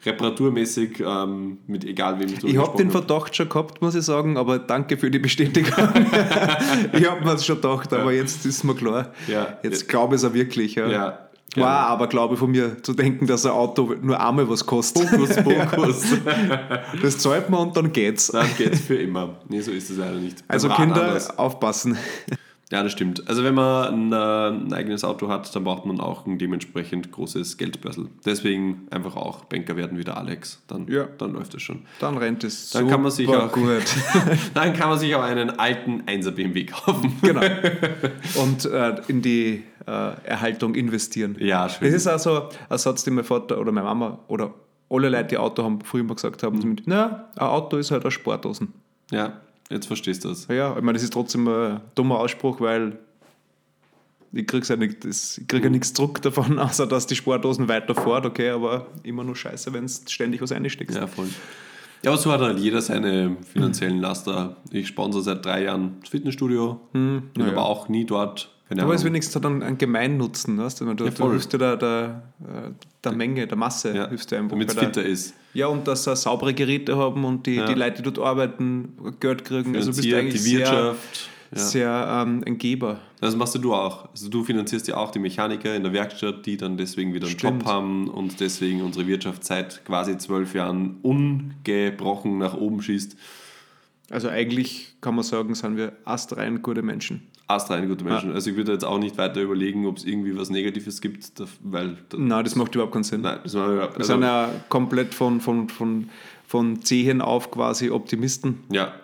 reparaturmäßig mit egal wem du Ich habe den Verdacht schon gehabt, muss ich sagen, aber danke für die Bestätigung. Ich habe mir es schon gedacht, aber jetzt ist mir klar. Ja. Jetzt glaube ich es auch wirklich. Ja. Ja. War aber glaube ich von mir zu denken, dass ein Auto nur einmal was kostet. Fokus. Das zahlt man und dann geht's. Dann geht's für immer. Nee, so ist es leider nicht. Also Kinder, aufpassen. Ja, das stimmt. Also wenn man ein eigenes Auto hat, dann braucht man auch ein dementsprechend großes Geldbörsel. Deswegen einfach auch Banker werden wie der Alex. Dann läuft es schon. Dann rennt es dann kann man sich auch gut. Dann kann man sich auch einen alten 1er BMW kaufen. Genau. Und in die Erhaltung investieren. Ja, schön. Das ist auch so ein Satz, den mein Vater oder meine Mama oder alle Leute, die Auto haben, früher immer gesagt haben, ein Auto ist halt eine Sportdosen. Ja. Jetzt verstehst du das. Ja, ich meine, das ist trotzdem ein dummer Ausspruch, weil ich kriege ja nichts zurück davon, außer dass die Sportdosen weiter fährt, okay, aber immer nur scheiße, wenn du ständig was einsteckst. Ja, voll. Ja, aber so hat halt jeder seine finanziellen Laster. Ich sponsere seit 3 Jahren das Fitnessstudio, bin aber auch nie dort. Aber es ist wenigstens halt ein Gemeinnutzen, weißt du? Du hilfst ja der Menge, der Masse, hilfst du einfach. Damit es fitter ist. Ja, und dass sie saubere Geräte haben und die Leute, die dort arbeiten, Geld kriegen. Also bist du eigentlich die Wirtschaft. Sehr ein Geber. Das machst du auch. Also du finanzierst ja auch die Mechaniker in der Werkstatt, die dann deswegen wieder einen Job haben und deswegen unsere Wirtschaft seit quasi 12 Jahren ungebrochen nach oben schießt. Also eigentlich kann man sagen, sind wir astrein gute Menschen. Astrein gute Menschen. Ja. Also ich würde jetzt auch nicht weiter überlegen, ob es irgendwie was Negatives gibt, weil... Nein, das macht überhaupt keinen Sinn. Nein, das macht überhaupt Wir sind ja komplett von Zehen auf quasi Optimisten. Ja.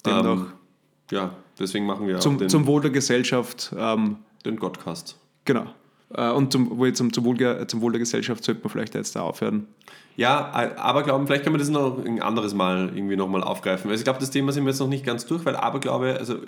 Deswegen machen wir auch zum Wohl der Gesellschaft. Den Godcast. Genau. Und zum Wohl der Gesellschaft sollte man vielleicht jetzt da aufhören. Ja, Aberglauben, vielleicht können wir das noch ein anderes Mal irgendwie nochmal aufgreifen. Also ich glaube, das Thema sind wir jetzt noch nicht ganz durch, weil Aberglaube, also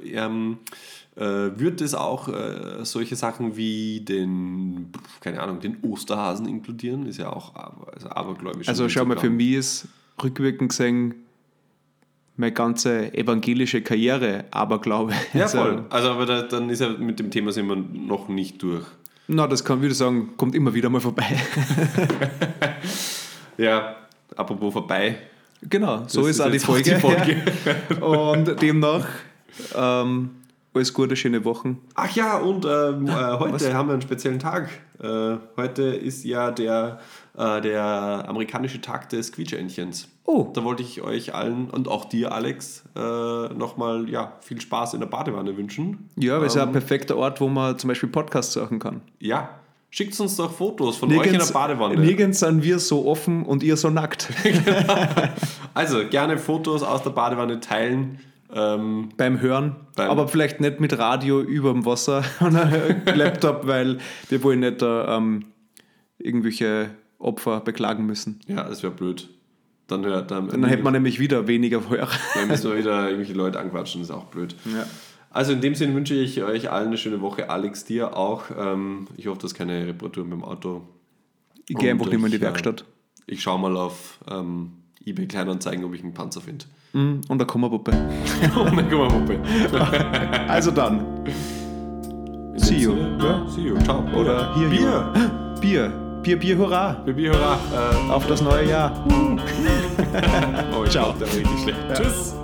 wird es auch solche Sachen wie den Osterhasen inkludieren? Ist ja auch abergläubisch. Also schau mal, für mich ist rückwirkend gesehen meine ganze evangelische Karriere Aberglaube. Ja, voll. Also aber dann ist ja mit dem Thema sind wir noch nicht durch. Na, das würde ich sagen, kommt immer wieder mal vorbei. Ja, apropos vorbei. Genau, so ist auch die Folge. Und demnach alles Gute, schöne Wochen. Ach ja, und heute haben wir einen speziellen Tag. Heute ist ja der amerikanische Tag des Quietscheentchens. Oh. Da wollte ich euch allen und auch dir, Alex, nochmal viel Spaß in der Badewanne wünschen. Ja, weil es ist ein perfekter Ort, wo man zum Beispiel Podcasts machen kann. Ja. Schickt uns doch Fotos von euch in der Badewanne. Nirgends sind wir so offen und ihr so nackt. Also gerne Fotos aus der Badewanne teilen. Beim Hören, aber vielleicht nicht mit Radio über dem Wasser und einem Laptop, weil wir wollen nicht irgendwelche Opfer beklagen müssen. Ja, das wäre blöd. Dann hätte man nämlich wieder weniger Hörer. Dann müssen wir wieder irgendwelche Leute anquatschen, das ist auch blöd. Ja. Also in dem Sinne wünsche ich euch allen eine schöne Woche. Alex, dir auch. Ich hoffe, dass keine Reparaturen beim Auto. Ich gehe einfach nicht mehr in die Werkstatt. Ich schaue mal auf eBay Kleinanzeigen, ob ich einen Panzer finde. Und eine Kummerpuppe. Und eine Kummerpuppe. Also dann. See you. Ja, see you. Ciao. Oder hier. Bier, hurra. Bier, hurra. Auf das neue Jahr. Oh, ciao. Der war richtig schlecht. Ja. Tschüss.